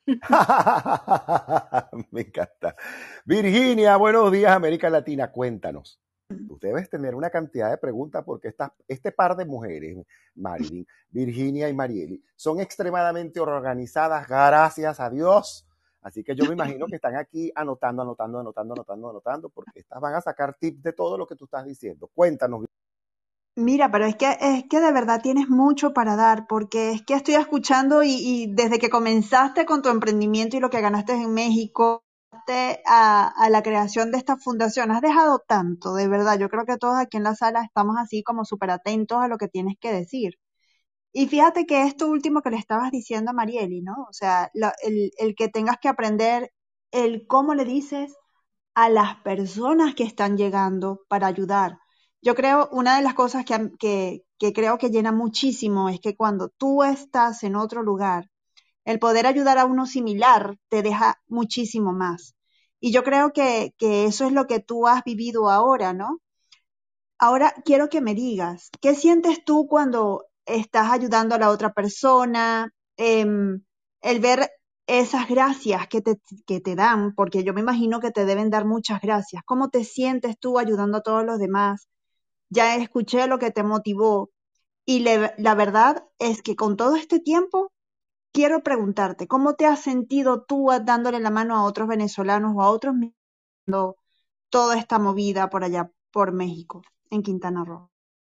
Me encanta. Virginia, buenos días, América Latina. Cuéntanos. Tú debes tener una cantidad de preguntas porque este par de mujeres, Marilyn, Virginia y Marieli, son extremadamente organizadas, gracias a Dios. Así que yo me imagino que están aquí anotando, porque estas van a sacar tips de todo lo que tú estás diciendo. Cuéntanos. Mira, pero es que de verdad tienes mucho para dar, porque es que estoy escuchando y desde que comenzaste con tu emprendimiento y lo que ganaste en México, a la creación de esta fundación, has dejado tanto, de verdad. Yo creo que todos aquí en la sala estamos así como súper atentos a lo que tienes que decir. Y fíjate que esto último que le estabas diciendo a Marieli, ¿no? O sea, el que tengas que aprender el cómo le dices a las personas que están llegando para ayudar. Yo creo, una de las cosas que creo que llena muchísimo es que cuando tú estás en otro lugar, el poder ayudar a uno similar te deja muchísimo más. Y yo creo que eso es lo que tú has vivido ahora, ¿no? Ahora quiero que me digas, ¿qué sientes tú cuando estás ayudando a la otra persona? El ver esas gracias que te dan, porque yo me imagino que te deben dar muchas gracias. ¿Cómo te sientes tú ayudando a todos los demás? Ya escuché lo que te motivó y la verdad es que con todo este tiempo quiero preguntarte, ¿cómo te has sentido tú dándole la mano a otros venezolanos o a otros toda esta movida por allá, por México, en Quintana Roo?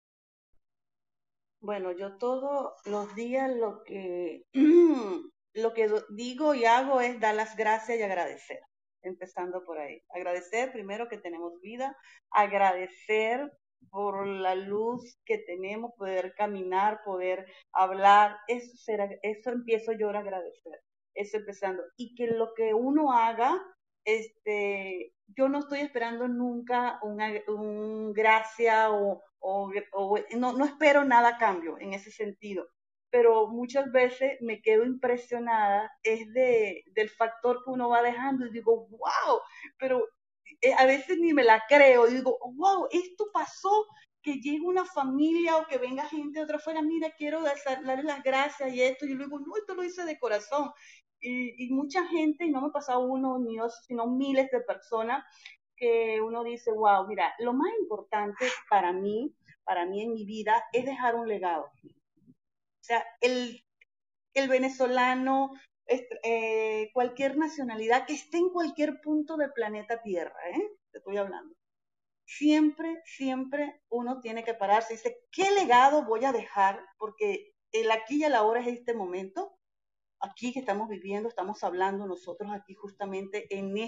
Bueno, yo todos los días lo que, lo que digo y hago es dar las gracias y agradecer, empezando por ahí. Agradecer primero que tenemos vida, agradecer por la luz que tenemos, poder caminar, poder hablar, eso empiezo yo a agradecer, eso empezando. Y que lo que uno haga, yo no estoy esperando nunca un gracia o no espero nada a cambio en ese sentido, pero muchas veces me quedo impresionada es del factor que uno va dejando y digo, wow, pero a veces ni me la creo, y digo, wow, esto pasó, que llegue una familia o que venga gente de otra fuera, mira, quiero darle las gracias y esto, y luego, no, esto lo hice de corazón. Y mucha gente, y no me ha pasado uno ni dos, sino miles de personas que uno dice, wow, mira, lo más importante para mí en mi vida, es dejar un legado. O sea, el venezolano, cualquier nacionalidad que esté en cualquier punto del planeta Tierra, te estoy hablando. Siempre, siempre uno tiene que pararse y dice, ¿qué legado voy a dejar? Porque el aquí y el ahora es este momento, aquí que estamos viviendo, estamos hablando nosotros aquí justamente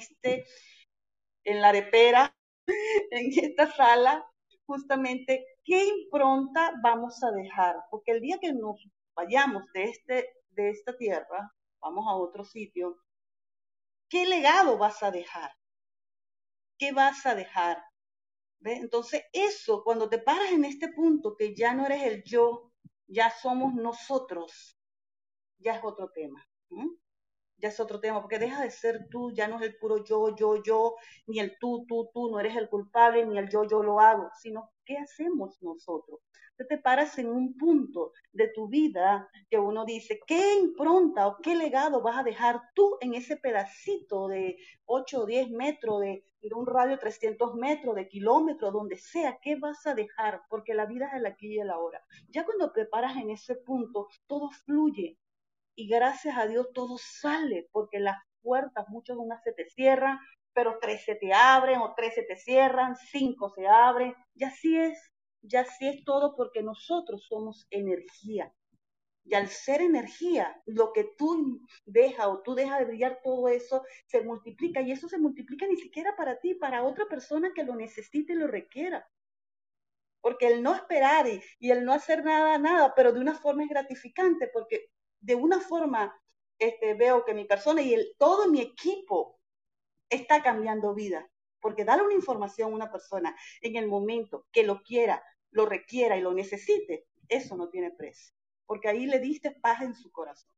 en la arepera, en esta sala, justamente qué impronta vamos a dejar, porque el día que nos vayamos de esta tierra, vamos a otro sitio, ¿qué legado vas a dejar? ¿Qué vas a dejar? ¿Ve? Entonces, eso, cuando te paras en este punto, que ya no eres el yo, ya somos nosotros, ya es otro tema. ¿Eh? Ya es otro tema, porque deja de ser tú, ya no es el puro yo, ni el tú, no eres el culpable, ni el yo lo hago, sino qué hacemos nosotros. Tú te paras en un punto de tu vida que uno dice, ¿qué impronta o qué legado vas a dejar tú en ese pedacito de 8 o 10 metros, de un radio de 300 metros, de kilómetros, donde sea, qué vas a dejar? Porque la vida es el aquí y el ahora. Ya cuando te paras en ese punto, todo fluye, y gracias a Dios todo sale, porque puertas, muchas unas se te cierran, pero 3 se te abren o 3 se te cierran, 5 se abren, y así es todo porque nosotros somos energía. Y al ser energía, lo que tú dejas o tú dejas de brillar, todo eso se multiplica y eso se multiplica ni siquiera para ti, para otra persona que lo necesite y lo requiera. Porque el no esperar y el no hacer nada, pero de una forma es gratificante, porque de una forma veo que mi persona y todo mi equipo está cambiando vida. Porque darle una información a una persona en el momento que lo quiera, lo requiera y lo necesite, eso no tiene precio. Porque ahí le diste paz en su corazón.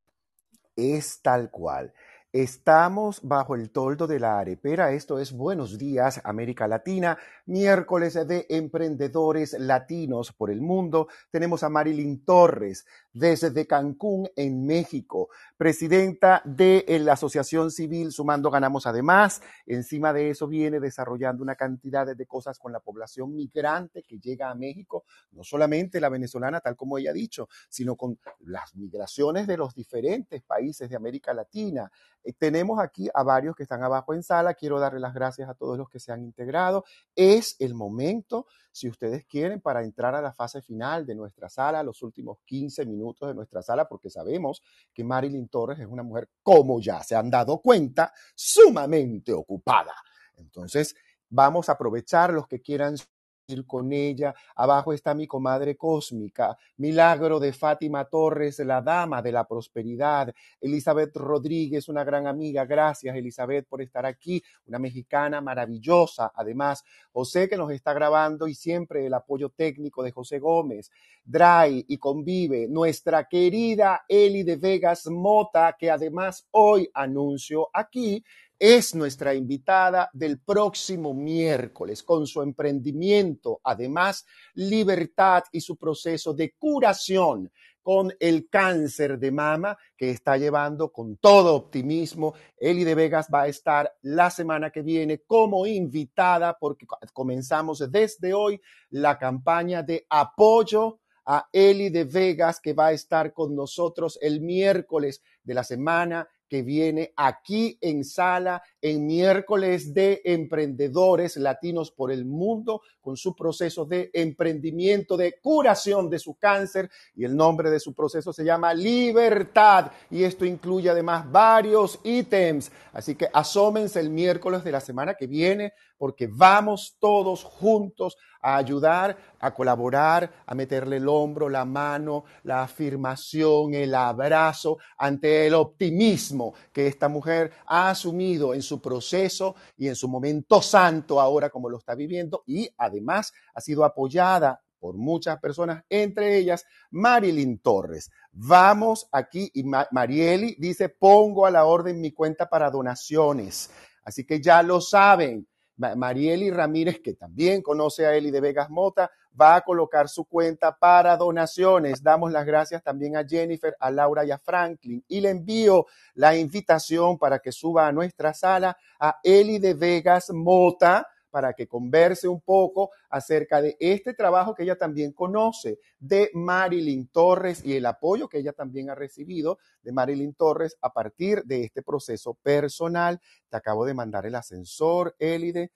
Es tal cual. Estamos bajo el toldo de la arepera. Esto es Buenos Días, América Latina, miércoles de emprendedores latinos por el mundo. Tenemos a Marilyn Torres desde Cancún, en México, presidenta de la Asociación Civil Sumando Ganamos. Además, encima de eso viene desarrollando una cantidad de cosas con la población migrante que llega a México, no solamente la venezolana, tal como ella ha dicho, sino con las migraciones de los diferentes países de América Latina. Tenemos aquí a varios que están abajo en sala. Quiero darle las gracias a todos los que se han integrado. Es el momento, si ustedes quieren, para entrar a la fase final de nuestra sala, los últimos 15 minutos de nuestra sala, porque sabemos que Marilyn Torres es una mujer, como ya se han dado cuenta, sumamente ocupada. Entonces, vamos a aprovechar los que quieran ir con ella. Abajo está mi comadre cósmica, Milagro de Fátima Torres, la dama de la prosperidad. Elizabeth Rodríguez, una gran amiga. Gracias, Elizabeth, por estar aquí. Una mexicana maravillosa. Además, José, que nos está grabando, y siempre el apoyo técnico de José Gómez. Dry y Convive. Nuestra querida Eli de Vegas Mota, que además hoy anuncio aquí, es nuestra invitada del próximo miércoles con su emprendimiento, además, Libertad y su proceso de curación con el cáncer de mama que está llevando con todo optimismo. Eli de Vegas va a estar la semana que viene como invitada porque comenzamos desde hoy la campaña de apoyo a Eli de Vegas, que va a estar con nosotros el miércoles de la semana que viene aquí en sala, en miércoles de emprendedores latinos por el mundo, con su proceso de emprendimiento, de curación de su cáncer, y el nombre de su proceso se llama Libertad, y esto incluye además varios ítems, así que asómense el miércoles de la semana que viene, porque vamos todos juntos a ayudar, a colaborar, a meterle el hombro, la mano, la afirmación, el abrazo ante el optimismo que esta mujer ha asumido en su proceso y en su momento santo ahora como lo está viviendo, y además ha sido apoyada por muchas personas, entre ellas Marilyn Torres. Vamos aquí, y Marieli dice, pongo a la orden mi cuenta para donaciones. Así que ya lo saben. Marieli Ramírez, que también conoce a Eli de Vegas Mota, va a colocar su cuenta para donaciones. Damos las gracias también a Jennifer, a Laura y a Franklin. Y le envío la invitación para que suba a nuestra sala a Eli de Vegas Mota, para que converse un poco acerca de este trabajo que ella también conoce de Marilyn Torres y el apoyo que ella también ha recibido de Marilyn Torres a partir de este proceso personal. Te acabo de mandar el ascensor, Elide.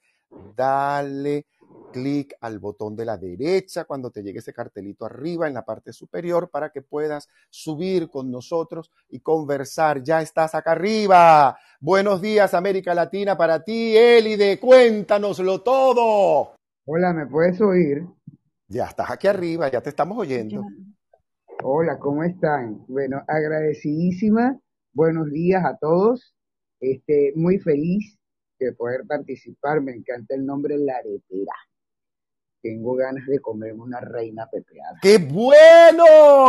Dale clic al botón de la derecha cuando te llegue ese cartelito arriba en la parte superior para que puedas subir con nosotros y conversar. Ya estás acá arriba. Buenos días, América Latina, para ti, Elide. Cuéntanoslo todo. Hola, ¿me puedes oír? Ya estás aquí arriba, ya te estamos oyendo. Hola, ¿cómo están? Bueno, agradecidísima. Buenos días a todos. Muy feliz de poder participar. Me encanta el nombre La Arepera. Tengo ganas de comerme una reina pepeada. ¡Qué bueno!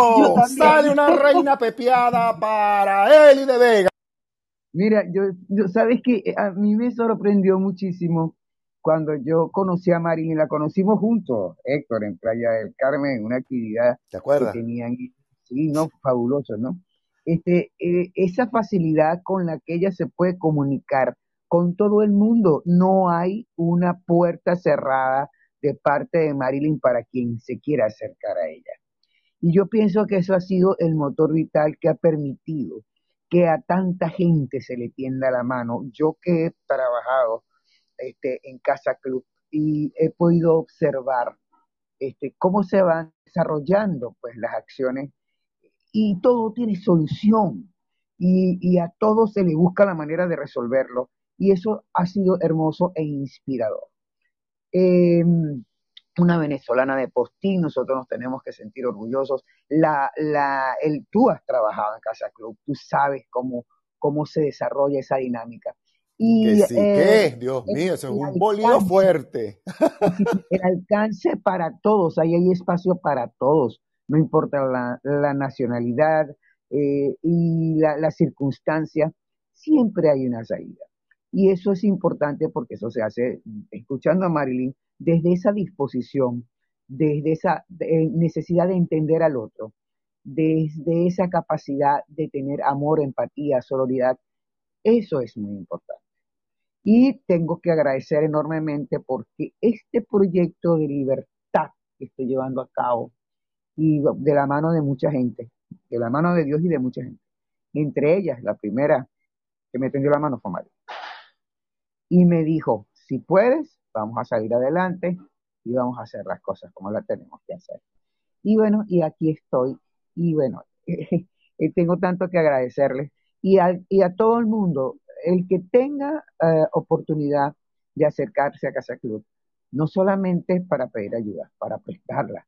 Sale una reina pepeada para Eli de Vega. Mira, yo sabes que a mí me sorprendió muchísimo cuando yo conocí a Marilyn, la conocimos juntos, Héctor, en Playa del Carmen, en una actividad ¿Te que acuerdas? tenían, sí, no, fabuloso, ¿no? Esa facilidad con la que ella se puede comunicar con todo el mundo, no hay una puerta cerrada de parte de Marilyn para quien se quiera acercar a ella. Y yo pienso que eso ha sido el motor vital que ha permitido que a tanta gente se le tienda la mano. Yo que he trabajado en Casa Club y he podido observar cómo se van desarrollando pues las acciones y todo tiene solución y a todo se le busca la manera de resolverlo y eso ha sido hermoso e inspirador. Eh, una venezolana de postín, nosotros nos tenemos que sentir orgullosos. Tú has trabajado en Casa Club, tú sabes cómo se desarrolla esa dinámica. Que Y sí, que Dios el, mío, eso es el un bolillo alcance, fuerte. sí, sí, sí, el alcance para todos, ahí hay espacio para todos, no importa la nacionalidad y la circunstancia, siempre hay una salida. Y eso es importante porque eso se hace, escuchando a Marilyn, desde esa disposición, desde esa necesidad de entender al otro, desde esa capacidad de tener amor, empatía, sororidad, eso es muy importante. Y tengo que agradecer enormemente porque este proyecto de libertad que estoy llevando a cabo y de la mano de mucha gente, de la mano de Dios y de mucha gente, entre ellas la primera que me tendió la mano fue María y me dijo, si puedes, vamos a salir adelante y vamos a hacer las cosas como las tenemos que hacer. Y bueno, y aquí estoy y bueno, tengo tanto que agradecerles y a todo el mundo, el que tenga oportunidad de acercarse a Casa Club, no solamente para pedir ayuda, para prestarla,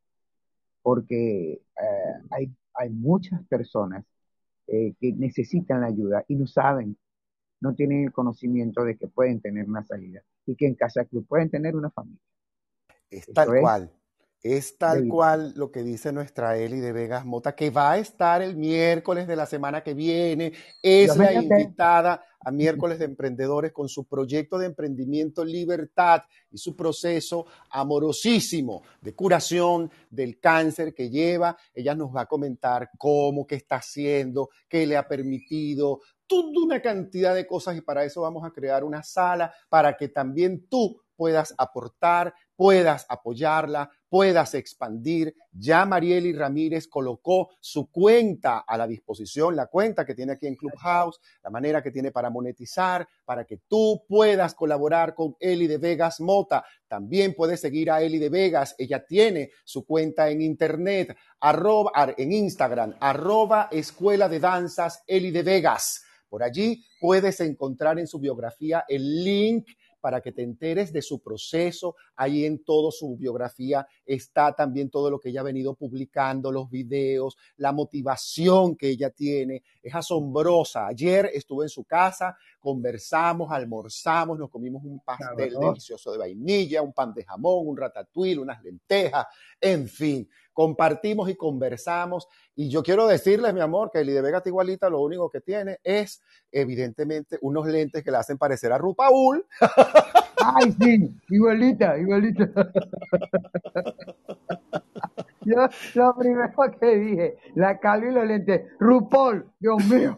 porque hay muchas personas que necesitan la ayuda y no saben, no tienen el conocimiento de que pueden tener una salida y que en Casa Club pueden tener una familia. Es Eso tal cual. Es de tal vida. cual lo que dice nuestra Eli de Vegas Mota, que va a estar el miércoles de la semana que viene. Es Dios la mediante. invitada a Miércoles de Emprendedores con su proyecto de emprendimiento Libertad y su proceso amorosísimo de curación del cáncer que lleva. Ella nos va a comentar cómo, qué está haciendo, qué le ha permitido, toda una cantidad de cosas y para eso vamos a crear una sala para que también tú puedas aportar, puedas apoyarla, puedas expandir. Ya Marieli Ramírez colocó su cuenta a la disposición, la cuenta que tiene aquí en Clubhouse, la manera que tiene para monetizar, para que tú puedas colaborar con Eli de Vegas Mota. También puedes seguir a Eli de Vegas. Ella tiene su cuenta en internet, en Instagram, @Escuela de Danzas Eli de Vegas. Por allí puedes encontrar en su biografía el link para que te enteres de su proceso. Ahí en toda su biografía está también todo lo que ella ha venido publicando, los videos, la motivación que ella tiene. Es asombrosa. Ayer estuve en su casa, conversamos, almorzamos, nos comimos un pastel Sabroso. delicioso de vainilla, un pan de jamón, un ratatouille, unas lentejas, en fin. Compartimos y conversamos. Y yo quiero decirles, mi amor, que Eli de Vega igualita lo único que tiene es, evidentemente, unos lentes que le hacen parecer a RuPaul. Ay, sí, igualita, igualita. Yo lo primero que dije, la calva y los lentes, RuPaul, Dios mío.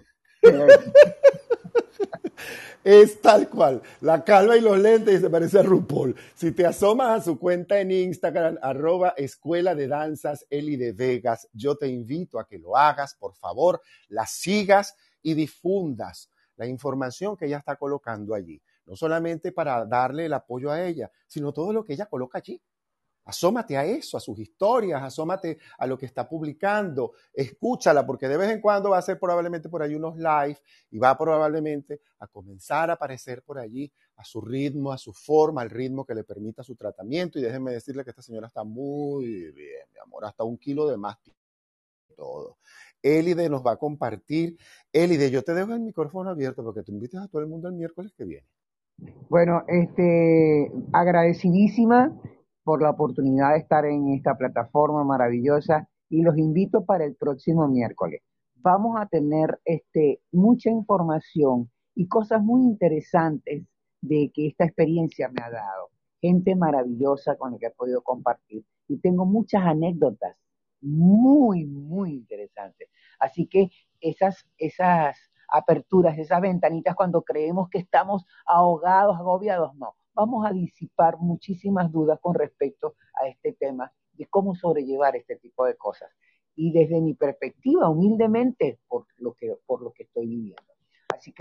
Es tal cual, la calva y los lentes y se parece a RuPaul. Si te asomas a su cuenta en Instagram, @Escuela de Danzas Eli de Vegas, yo te invito a que lo hagas, por favor, la sigas y difundas la información que ella está colocando allí. No solamente para darle el apoyo a ella, sino todo lo que ella coloca allí. Asómate a eso, a sus historias, asómate a lo que está publicando, escúchala, porque de vez en cuando va a hacer probablemente por ahí unos live y va probablemente a comenzar a aparecer por allí a su ritmo, a su forma, al ritmo que le permita su tratamiento. Y déjenme decirle que esta señora está muy bien, mi amor, hasta 1 kilo de más todo. Elide nos va a compartir. Elide, yo te dejo el micrófono abierto porque tú invitas a todo el mundo el miércoles que viene. Bueno, agradecidísima por la oportunidad de estar en esta plataforma maravillosa y los invito para el próximo miércoles. Vamos a tener mucha información y cosas muy interesantes de que esta experiencia me ha dado. Gente maravillosa con la que he podido compartir y tengo muchas anécdotas muy, muy interesantes. Así que esas aperturas, esas ventanitas cuando creemos que estamos ahogados, agobiados, no. Vamos a disipar muchísimas dudas con respecto a este tema de cómo sobrellevar este tipo de cosas. Y desde mi perspectiva, humildemente, por lo que estoy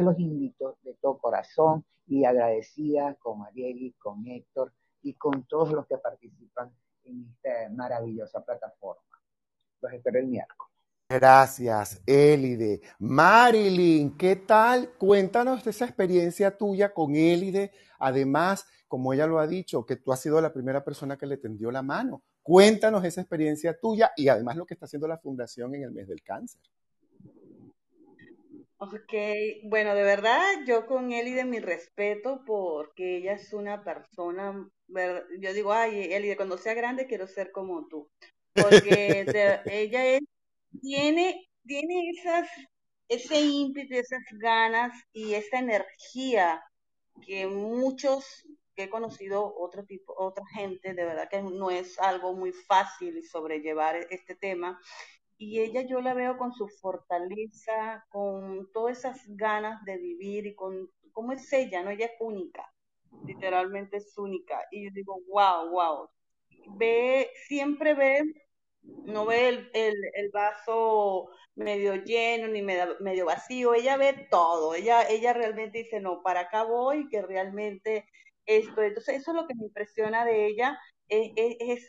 los invito de todo corazón y agradecida con Marieli, con Héctor y con todos los que participan en esta maravillosa plataforma. Los espero el miércoles. Gracias, Élide. Marilyn, ¿qué tal? Cuéntanos de esa experiencia tuya con Élide. Además, como ella lo ha dicho, que tú has sido la primera persona que le tendió la mano. Cuéntanos esa experiencia tuya y además lo que está haciendo la Fundación en el mes del cáncer. Ok, bueno, de verdad, yo con Elide mi respeto porque ella es una persona, yo digo, ay, Elide, cuando sea grande quiero ser como tú, porque ella tiene ese ímpetu, esas ganas y esa energía que muchos que he conocido otra gente, de verdad que no es algo muy fácil sobrellevar este tema. Y ella yo la veo con su fortaleza, con todas esas ganas de vivir y con cómo es ella, ¿no? Ella es única, literalmente es única. Y yo digo, wow, wow. Siempre no ve el vaso medio lleno ni medio vacío, ella ve todo, ella realmente dice, no, para acá voy, que realmente esto, entonces eso es lo que me impresiona de ella, es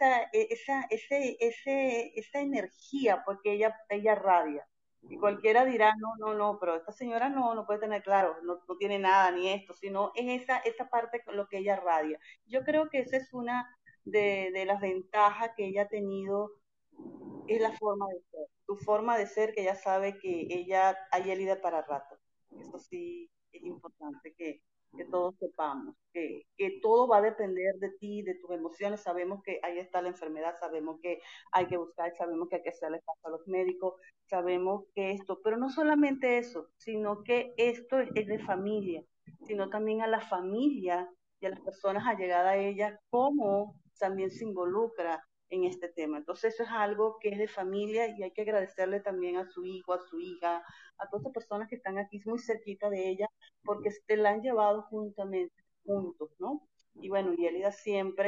esa energía, porque ella radia. Y cualquiera dirá, no, no, no, pero esta señora no puede tener claro, no tiene nada ni esto, sino es esa parte con lo que ella radia. Yo creo que esa es una de las ventajas que ella ha tenido, es la forma de ser, tu forma de ser, que ella sabe que ella hay herida para rato. Eso sí es importante que todos sepamos, que todo va a depender de ti, de tus emociones. Sabemos que ahí está la enfermedad, sabemos que hay que buscar, sabemos que hay que hacerle caso a los médicos, sabemos que esto, pero no solamente eso, sino que esto es de familia, sino también a la familia y a las personas allegadas a ella, cómo también se involucra en este tema. Entonces eso es algo que es de familia y hay que agradecerle también a su hijo, a su hija, a todas las personas que están aquí muy cerquita de ella, porque se la han llevado juntos, ¿no? Y bueno, y Elida siempre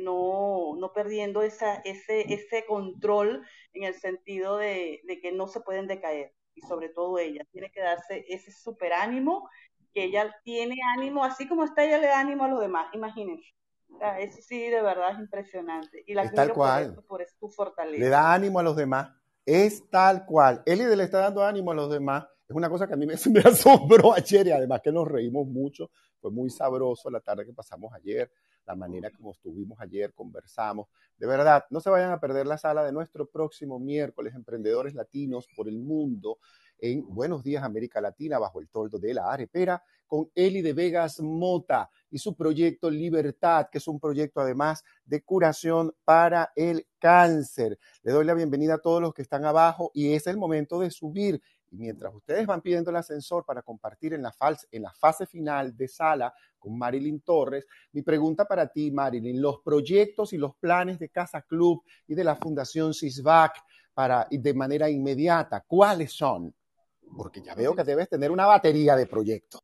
no perdiendo ese control en el sentido de que no se pueden decaer, y sobre todo ella, tiene que darse ese super ánimo, que ella tiene ánimo, así como está, ella le da ánimo a los demás, imagínense. Eso sí, de verdad es impresionante. Y la Es tal admiro por cual. eso, por su Le fortaleza. da ánimo a los demás. Es tal cual. Élide le está dando ánimo a los demás. Es una cosa que a mí me asombró ayer y además que nos reímos mucho. Fue muy sabroso la tarde que pasamos ayer, la manera como estuvimos ayer, conversamos. De verdad, no se vayan a perder la sala de nuestro próximo miércoles, Emprendedores Latinos por el Mundo, en Buenos Días América Latina, bajo el toldo de la arepera, con Élide Vegas Mota y su proyecto Libertad, que es un proyecto además de curación para el cáncer. Le doy la bienvenida a todos los que están abajo y es el momento de subir. Y mientras ustedes van pidiendo el ascensor para compartir en la fase final de sala con Marilyn Torres, mi pregunta para ti, Marilyn, los proyectos y los planes de Casa Club y de la Fundación CISVAC de manera inmediata, ¿cuáles son? Porque ya veo que debes tener una batería de proyectos.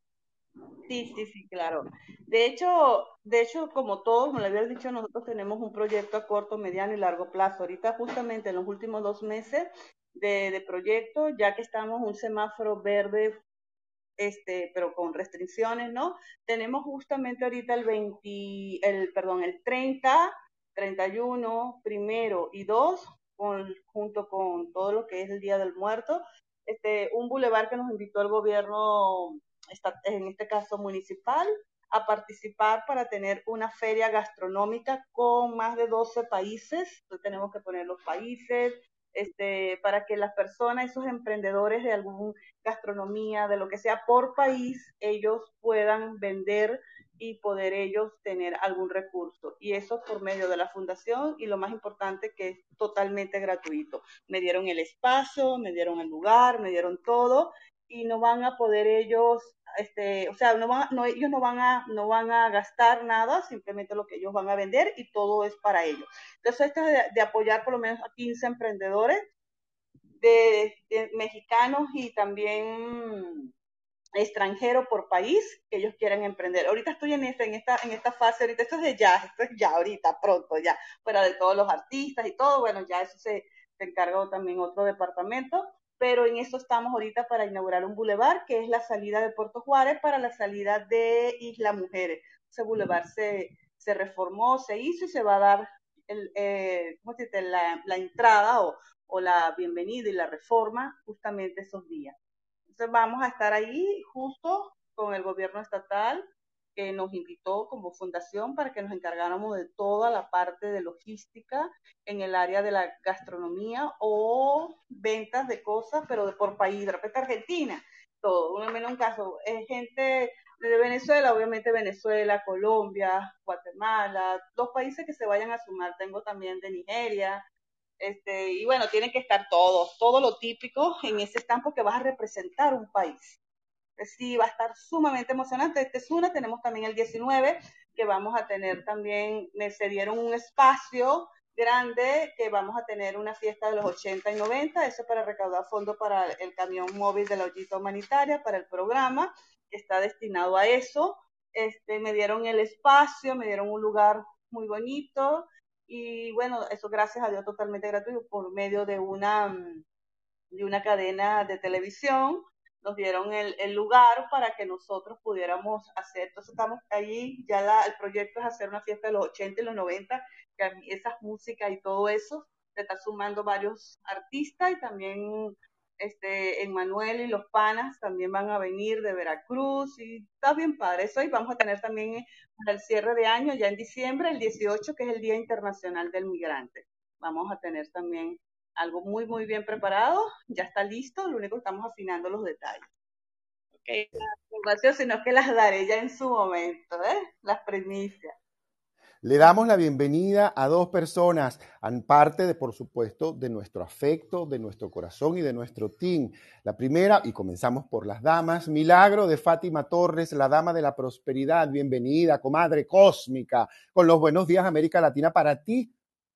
Sí, claro. De hecho, como todos, como le había dicho, nosotros tenemos un proyecto a corto, mediano y largo plazo. Ahorita, justamente en los últimos 2 meses de proyecto, ya que estamos en un semáforo verde, pero con restricciones, ¿no? Tenemos justamente ahorita el 30, 31, primero y 2, junto con todo lo que es el Día del Muerto, un bulevar que nos invitó el gobierno, en este caso municipal, a participar para tener una feria gastronómica con más de 12 países. Entonces tenemos que poner los países, para que las personas, esos emprendedores de alguna gastronomía, de lo que sea por país, ellos puedan vender y poder ellos tener algún recurso. Y eso por medio de la fundación, y lo más importante, que es totalmente gratuito. Me dieron el espacio, me dieron el lugar, me dieron todo, y no van a poder ellos, o sea, ellos no van a gastar nada, simplemente lo que ellos van a vender y todo es para ellos. Entonces, esto es de apoyar por lo menos a 15 emprendedores de mexicanos y también extranjero por país que ellos quieran emprender. Ahorita estoy en esta fase, ahorita esto es ya, ahorita, pronto, ya, fuera de todos los artistas y todo, bueno, ya eso se encargó también otro departamento, pero en eso estamos ahorita para inaugurar un bulevar, que es la salida de Puerto Juárez para la salida de Isla Mujeres. Ese bulevar se reformó, se hizo y se va a dar ¿cómo se dice? La entrada o la bienvenida y la reforma justamente esos días. Entonces vamos a estar ahí justo con el gobierno estatal que nos invitó como fundación para que nos encargáramos de toda la parte de logística en el área de la gastronomía o ventas de cosas, pero de por país, de repente Argentina, todo, uno menos un caso, gente de Venezuela, obviamente Venezuela, Colombia, Guatemala, los países que se vayan a sumar, tengo también de Nigeria, y bueno, tienen que estar todos, todo lo típico en ese stand porque vas a representar un país. Sí, va a estar sumamente emocionante. Este es una, tenemos también el 19, que vamos a tener también, me cedieron un espacio grande, que vamos a tener una fiesta de los 80 y 90, eso para recaudar fondos para el camión móvil de la ollita humanitaria, para el programa, que está destinado a eso. Me dieron el espacio, me dieron un lugar muy bonito, y bueno, eso gracias a Dios totalmente gratuito por medio de una cadena de televisión, nos dieron el lugar para que nosotros pudiéramos hacer. Entonces estamos allí, ya el proyecto es hacer una fiesta de los 80 y los 90, que a mí esas músicas y todo eso, se está sumando varios artistas y también Emmanuel y los panas también van a venir de Veracruz y está bien padre eso. Y vamos a tener también para el cierre de año, ya en diciembre, el 18, que es el Día Internacional del Migrante. Vamos a tener también algo muy, muy bien preparado, ya está listo, lo único que estamos afinando los detalles. Okay. Las sino que las daré ya en su momento, las primicias. Le damos la bienvenida a dos personas, parte de, por supuesto, de nuestro afecto, de nuestro corazón y de nuestro team. La primera, y comenzamos por las damas, Milagro de Fátima Torres, la dama de la prosperidad. Bienvenida, comadre cósmica, con los buenos días América Latina para ti.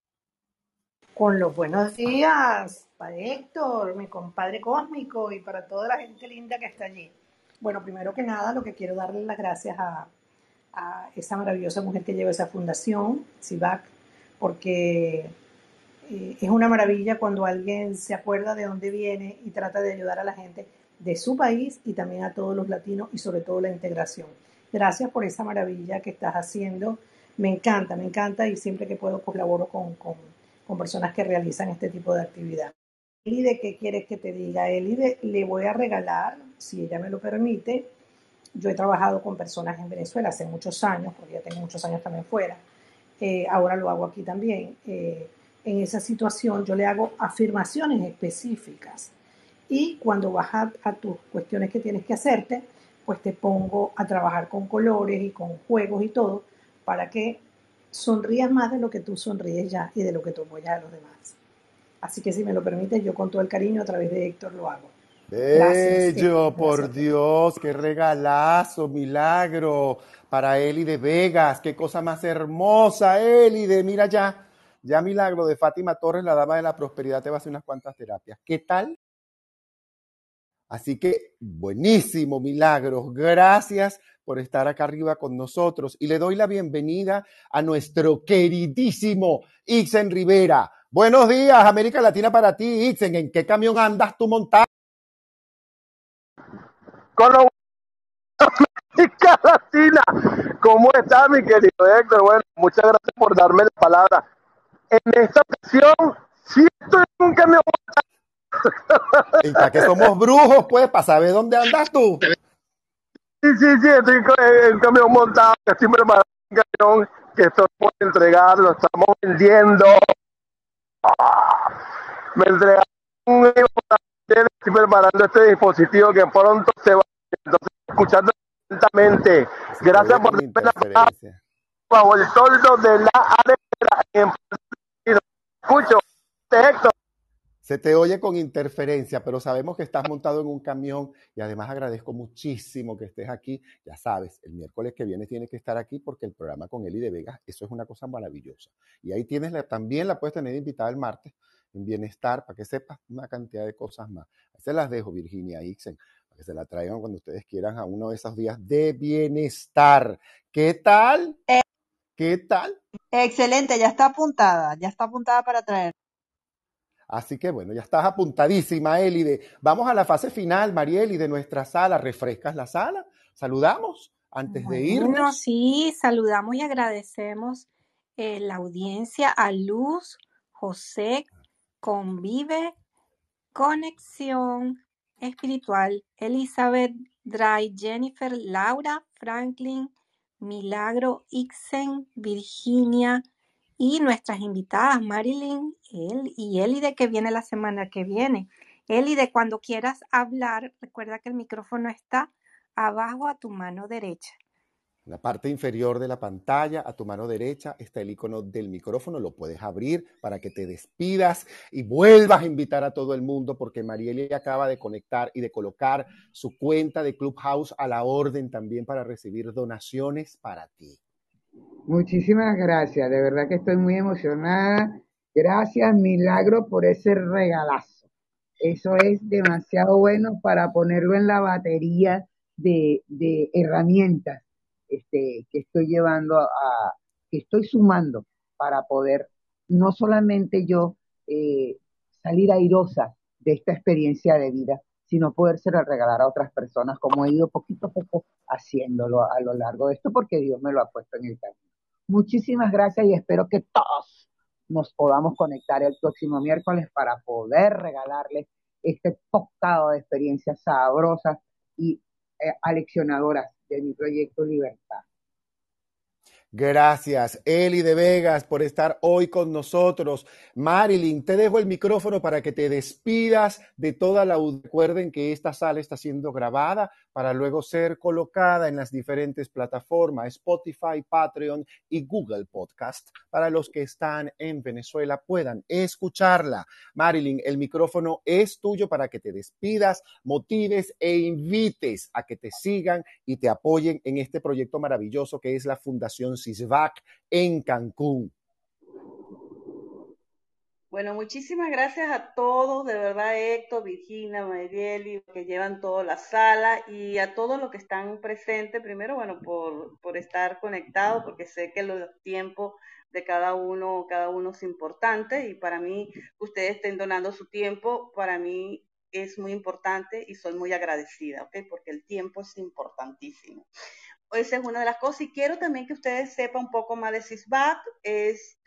Con los buenos días para Héctor, mi compadre cósmico, y para toda la gente linda que está allí. Bueno, primero que nada, lo que quiero darle las gracias a esa maravillosa mujer que lleva esa fundación, SIVAC, porque es una maravilla cuando alguien se acuerda de dónde viene y trata de ayudar a la gente de su país y también a todos los latinos y sobre todo la integración. Gracias por esa maravilla que estás haciendo. Me encanta y siempre que puedo colaboro con personas que realizan este tipo de actividad. Elide, ¿qué quieres que te diga? Elide, le voy a regalar, si ella me lo permite. Yo he trabajado con personas en Venezuela hace muchos años, porque ya tengo muchos años también fuera. Ahora lo hago aquí también. En esa situación yo le hago afirmaciones específicas. Y cuando vas a tus cuestiones que tienes que hacerte, pues te pongo a trabajar con colores y con juegos y todo, para que sonrías más de lo que tú sonríes ya y de lo que tú apoyas a los demás. Así que si me lo permites, yo con todo el cariño a través de Héctor lo hago. Bello, por Dios, qué regalazo, Milagro, para Elide Vegas, qué cosa más hermosa, Elide, mira ya Milagro de Fátima Torres, la dama de la prosperidad, te va a hacer unas cuantas terapias. ¿Qué tal? Así que, buenísimo, Milagros, gracias por estar acá arriba con nosotros y le doy la bienvenida a nuestro queridísimo Ixen Rivera. Buenos días, América Latina para ti, Ixen, ¿en qué camión andas tú montado? Con los América Latina. ¿Cómo está, mi querido Héctor? Bueno, muchas gracias por darme la palabra. En esta ocasión, sí estoy en un camión. Y para que somos brujos, pues, para saber dónde andas tú. Sí, estoy en un camión montado, estoy preparando un camión que estoy por entregar, lo estamos vendiendo. Me entregaron un libro, estoy preparando este dispositivo que pronto se va. Entonces, escuchando atentamente. Gracias por darme la palabra. Bajo el toldo de la arena. Escucho, Héctor. Se te oye con interferencia, pero sabemos que estás montado en un camión y además agradezco muchísimo que estés aquí. Ya sabes, el miércoles que viene tienes que estar aquí porque el programa con Elide Vegas, eso es una cosa maravillosa. Y ahí también la puedes tener invitada el martes en Bienestar, para que sepas una cantidad de cosas más. Ahí se las dejo, Virginia Ixen, para que se la traigan cuando ustedes quieran a uno de esos días de bienestar. ¿Qué tal? ¿Qué tal? Excelente, ya está apuntada para traer. Así que bueno, ya estás apuntadísima, Elide. Vamos a la fase final, Marieli, de nuestra sala. ¿Refrescas la sala? ¿Saludamos antes de Bueno, irnos? sí, saludamos y agradecemos la audiencia a Luz, José, Convive, Conexión Espiritual, Elizabeth, Dry, Jennifer, Laura, Franklin, Milagro, Ixen, Virginia y nuestras invitadas Marilyn y Elide, que viene la semana que viene. Elide, cuando quieras hablar, recuerda que el micrófono está abajo a tu mano derecha. En la parte inferior de la pantalla, a tu mano derecha, está el icono del micrófono. Lo puedes abrir para que te despidas y vuelvas a invitar a todo el mundo, porque Marieli acaba de conectar y de colocar su cuenta de Clubhouse a la orden también para recibir donaciones para ti. Muchísimas gracias, de verdad que estoy muy emocionada. Gracias, Milagro, por ese regalazo. Eso es demasiado bueno para ponerlo en la batería de herramientas que estoy que estoy sumando para poder no solamente yo salir airosa de esta experiencia de vida, sino podérselo regalar a otras personas, como he ido poquito a poco haciéndolo a lo largo de esto, porque Dios me lo ha puesto en el camino. Muchísimas gracias y espero que todos nos podamos conectar el próximo miércoles para poder regalarles este tocado de experiencias sabrosas y aleccionadoras de mi proyecto Libertad. Gracias, Elide Vegas, por estar hoy con nosotros. Marilyn, te dejo el micrófono para que te despidas de toda la audiencia. Recuerden que esta sala está siendo grabada para luego ser colocada en las diferentes plataformas, Spotify, Patreon y Google Podcast, para los que están en Venezuela puedan escucharla. Marilyn, el micrófono es tuyo para que te despidas, motives e invites a que te sigan y te apoyen en este proyecto maravilloso que es la Fundación CISVAC en Cancún. Bueno, muchísimas gracias a todos, de verdad, Héctor, Virginia, Marieli, que llevan toda la sala, y a todos los que están presentes. Primero, bueno, por estar conectados, porque sé que los tiempos de cada uno es importante, y para mí, ustedes estén donando su tiempo, para mí es muy importante y soy muy agradecida, ¿ok? Porque el tiempo es importantísimo. Esa es una de las cosas, y quiero también que ustedes sepan un poco más de CISVAC. Es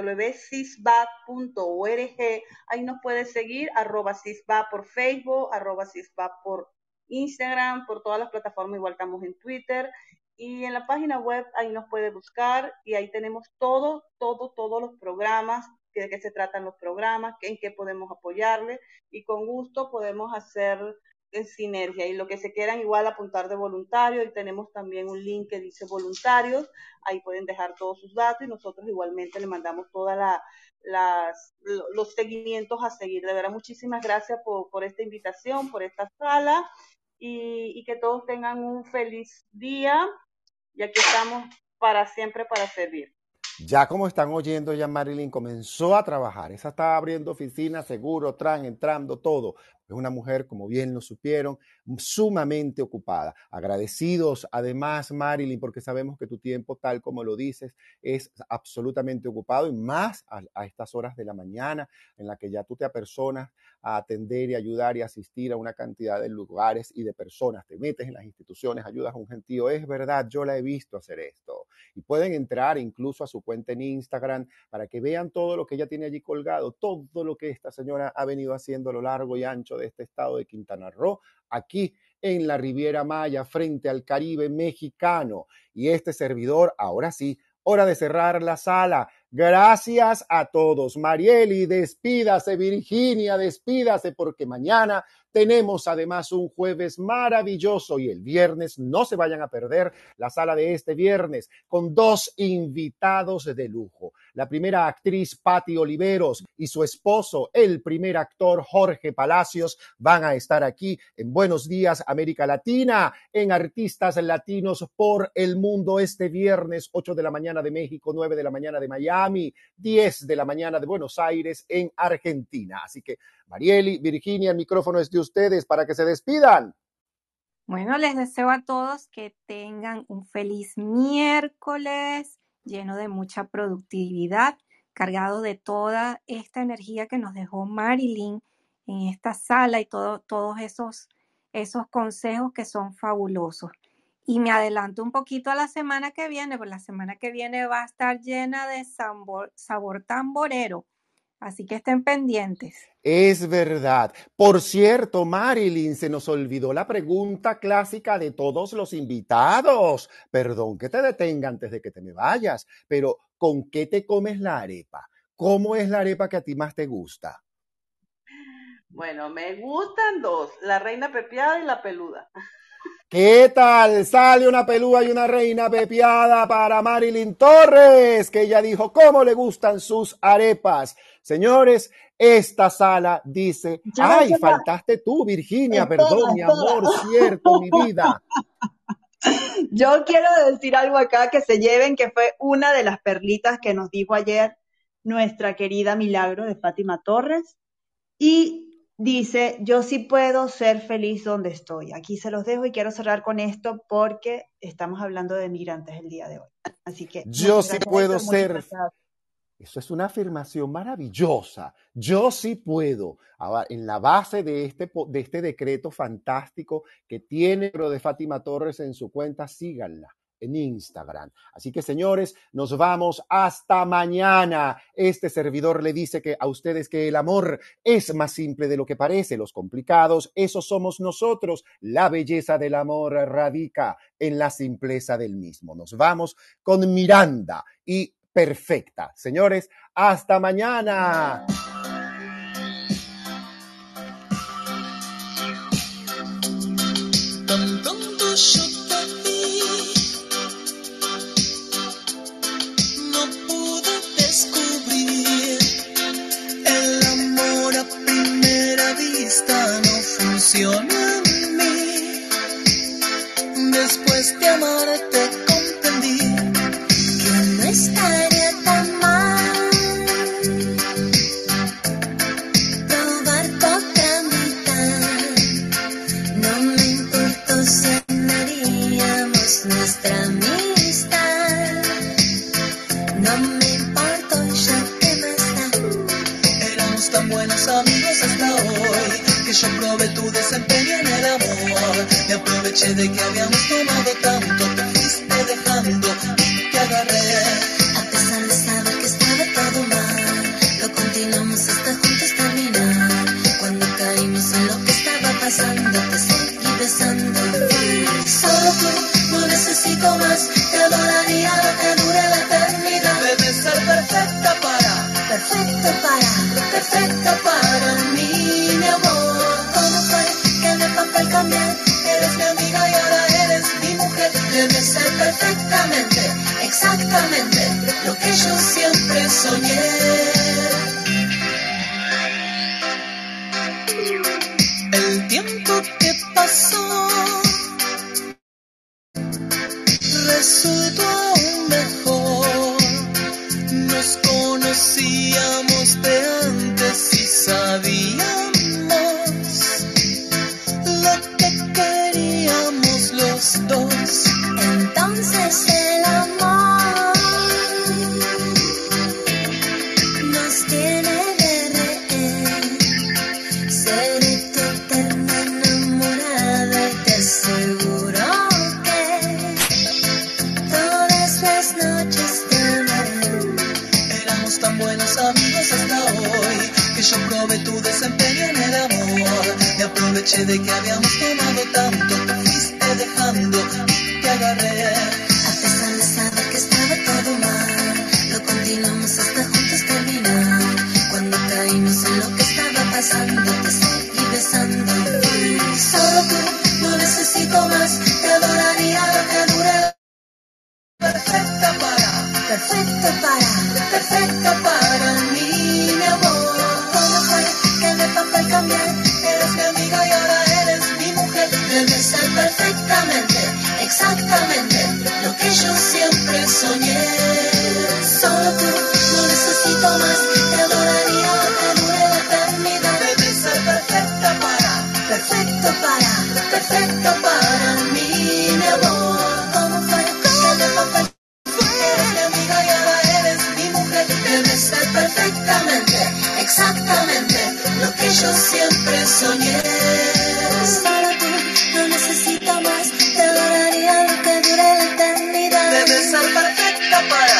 www.cisvac.org. Ahí nos puede seguir, @CISVAC por Facebook, @CISVAC por Instagram, por todas las plataformas. Igual estamos en Twitter, y en la página web ahí nos puede buscar, y ahí tenemos todos los programas, de qué se tratan los programas, en qué podemos apoyarle, y con gusto podemos hacer en sinergia. Y lo que se quieran igual apuntar de voluntario, y tenemos también un link que dice voluntarios, ahí pueden dejar todos sus datos y nosotros igualmente le mandamos todos los seguimientos a seguir. De verdad, muchísimas gracias por esta invitación, por esta sala, y que todos tengan un feliz día, y aquí estamos para siempre para servir. Ya como están oyendo, ya Marilyn comenzó a trabajar. Esa está abriendo oficinas, seguro, entrando, todo. Es una mujer, como bien lo supieron, sumamente ocupada. Agradecidos, además, Marilyn, porque sabemos que tu tiempo, tal como lo dices, es absolutamente ocupado, y más a estas horas de la mañana, en la que ya tú te apersonas a atender y ayudar y asistir a una cantidad de lugares y de personas. Te metes en las instituciones, ayudas a un gentío. Es verdad, yo la he visto hacer esto. Y pueden entrar incluso a su cuenta en Instagram para que vean todo lo que ella tiene allí colgado, todo lo que esta señora ha venido haciendo a lo largo y ancho de este estado de Quintana Roo, aquí en la Riviera Maya, frente al Caribe mexicano. Y este servidor, ahora sí, hora de cerrar la sala. Gracias a todos. Marieli, despídase. Virginia, despídase, porque mañana tenemos además un jueves maravilloso, y el viernes no se vayan a perder la sala de este viernes con 2 invitados de lujo. La primera actriz, Patti Oliveros, y su esposo, el primer actor, Jorge Palacios, van a estar aquí en Buenos Días América Latina, en Artistas Latinos por el Mundo, este viernes, 8 de la mañana de México, 9 de la mañana de Miami, 10 de la mañana de Buenos Aires en Argentina. Así que, Marieli, Virginia, el micrófono es de ustedes para que se despidan. Bueno, les deseo a todos que tengan un feliz miércoles lleno de mucha productividad, cargado de toda esta energía que nos dejó Marilyn en esta sala y todos esos consejos que son fabulosos. Y me adelanto un poquito a la semana que viene, porque la semana que viene va a estar llena de sabor tamborero. Así que estén pendientes. Es verdad. Por cierto, Marilyn, se nos olvidó la pregunta clásica de todos los invitados. Perdón que te detenga antes de que te me vayas, pero ¿con qué te comes la arepa? ¿Cómo es la arepa que a ti más te gusta? Bueno, me gustan dos, la reina pepiada y la peluda. ¿Qué tal? Sale una pelúa y una reina pepiada para Marilyn Torres, que ella dijo cómo le gustan sus arepas. Señores, esta sala dice, ¡ay, faltaste tú, Virginia! Perdón, mi amor, cierto, mi vida. Yo quiero decir algo acá que se lleven, que fue una de las perlitas que nos dijo ayer nuestra querida Milagro de Fátima Torres. Y dice, yo sí puedo ser feliz donde estoy. Aquí se los dejo y quiero cerrar con esto porque estamos hablando de migrantes el día de hoy. Así que yo sí puedo ser. Eso es una afirmación maravillosa. Yo sí puedo. Ahora, en la base de este decreto fantástico que tiene lo de Fátima Torres en su cuenta, síganla en Instagram. Así que, señores, nos vamos hasta mañana. Este servidor le dice a ustedes que el amor es más simple de lo que parece. Los complicados, esos somos nosotros. La belleza del amor radica en la simpleza del mismo. Nos vamos con Miranda y Perfecta. Señores, hasta mañana. Funciona en mí. Después de amarte comprendí que no estaría tan mal probar tu otra mitad. No me importó si daríamos nuestra amistad. No me importó ya que más da. Éramos tan buenos amigos hasta hoy, que yo probé tu desempeño en el amor. Me aproveché de que habíamos tomado tanto, te fuiste dejando y te agarré. A pesar de saber que estaba todo mal, lo continuamos hasta juntos terminar. Cuando caímos en lo que estaba pasando, te seguí besando. Solo tú, no necesito más, te adoraría lo que dure la eternidad. Debes ser perfecta para mí, mi amor. ¿Cómo fue que de papel cambié? Eres mi amiga y ahora eres mi mujer. Debes ser perfectamente, exactamente lo que yo siempre soñé. El tiempo que pasó resultó aún mejor. Nos conocíamos de antes y sabíamos lo que queríamos los dos. Entonces el amor nos tiene de rehén. Seré tu eterna enamorada y te aseguro que todas las noches te amaré. Éramos tan buenos amigos hasta hoy, que yo probé tu desempeño en el amor. Me aproveché de que habíamos tomado tanto, te fuiste dejando y te agarré. A pesar de saber que estaba todo mal, lo continuamos hasta juntos terminar. Cuando caímos en lo que estaba pasando, te seguí besando. Solo tú, no necesito más, te adoraría lo que dure. Perfecta para mí, mi amor. ¿Cómo fue que de papel cambié? Eres mi amiga y ahora eres mi mujer. Debes ser perfectamente, exactamente lo que yo siempre soñé. Solo tú, no necesito más, te adoraría lo que dure la eternidad. Debes ser perfecta para mí, mi amor. ¿Cómo fue que de papel eres mi amiga y ahora eres mi mujer? Debes ser perfecta para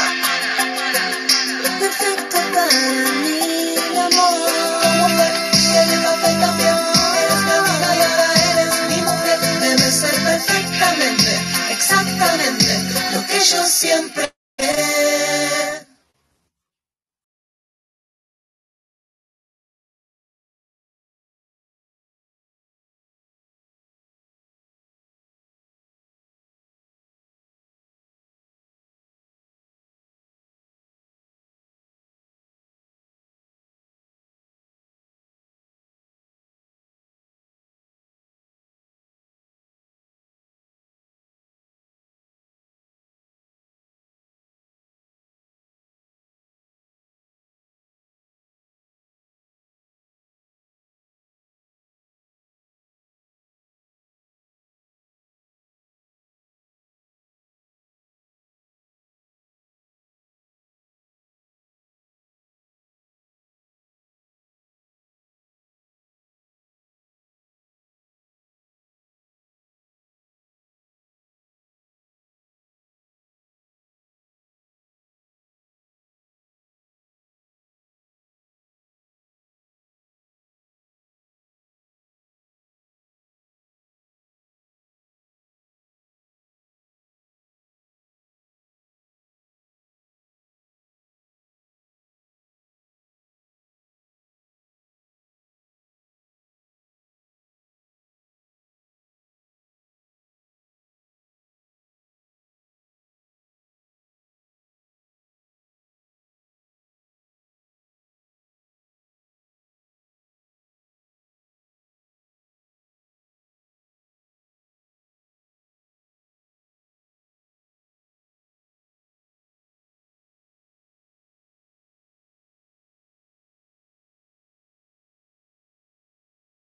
mí, mi amor. Mujer, eres perfecta, mi amor, eres mi vida y ahora eres mi mujer. Debes ser perfectamente, exactamente lo que yo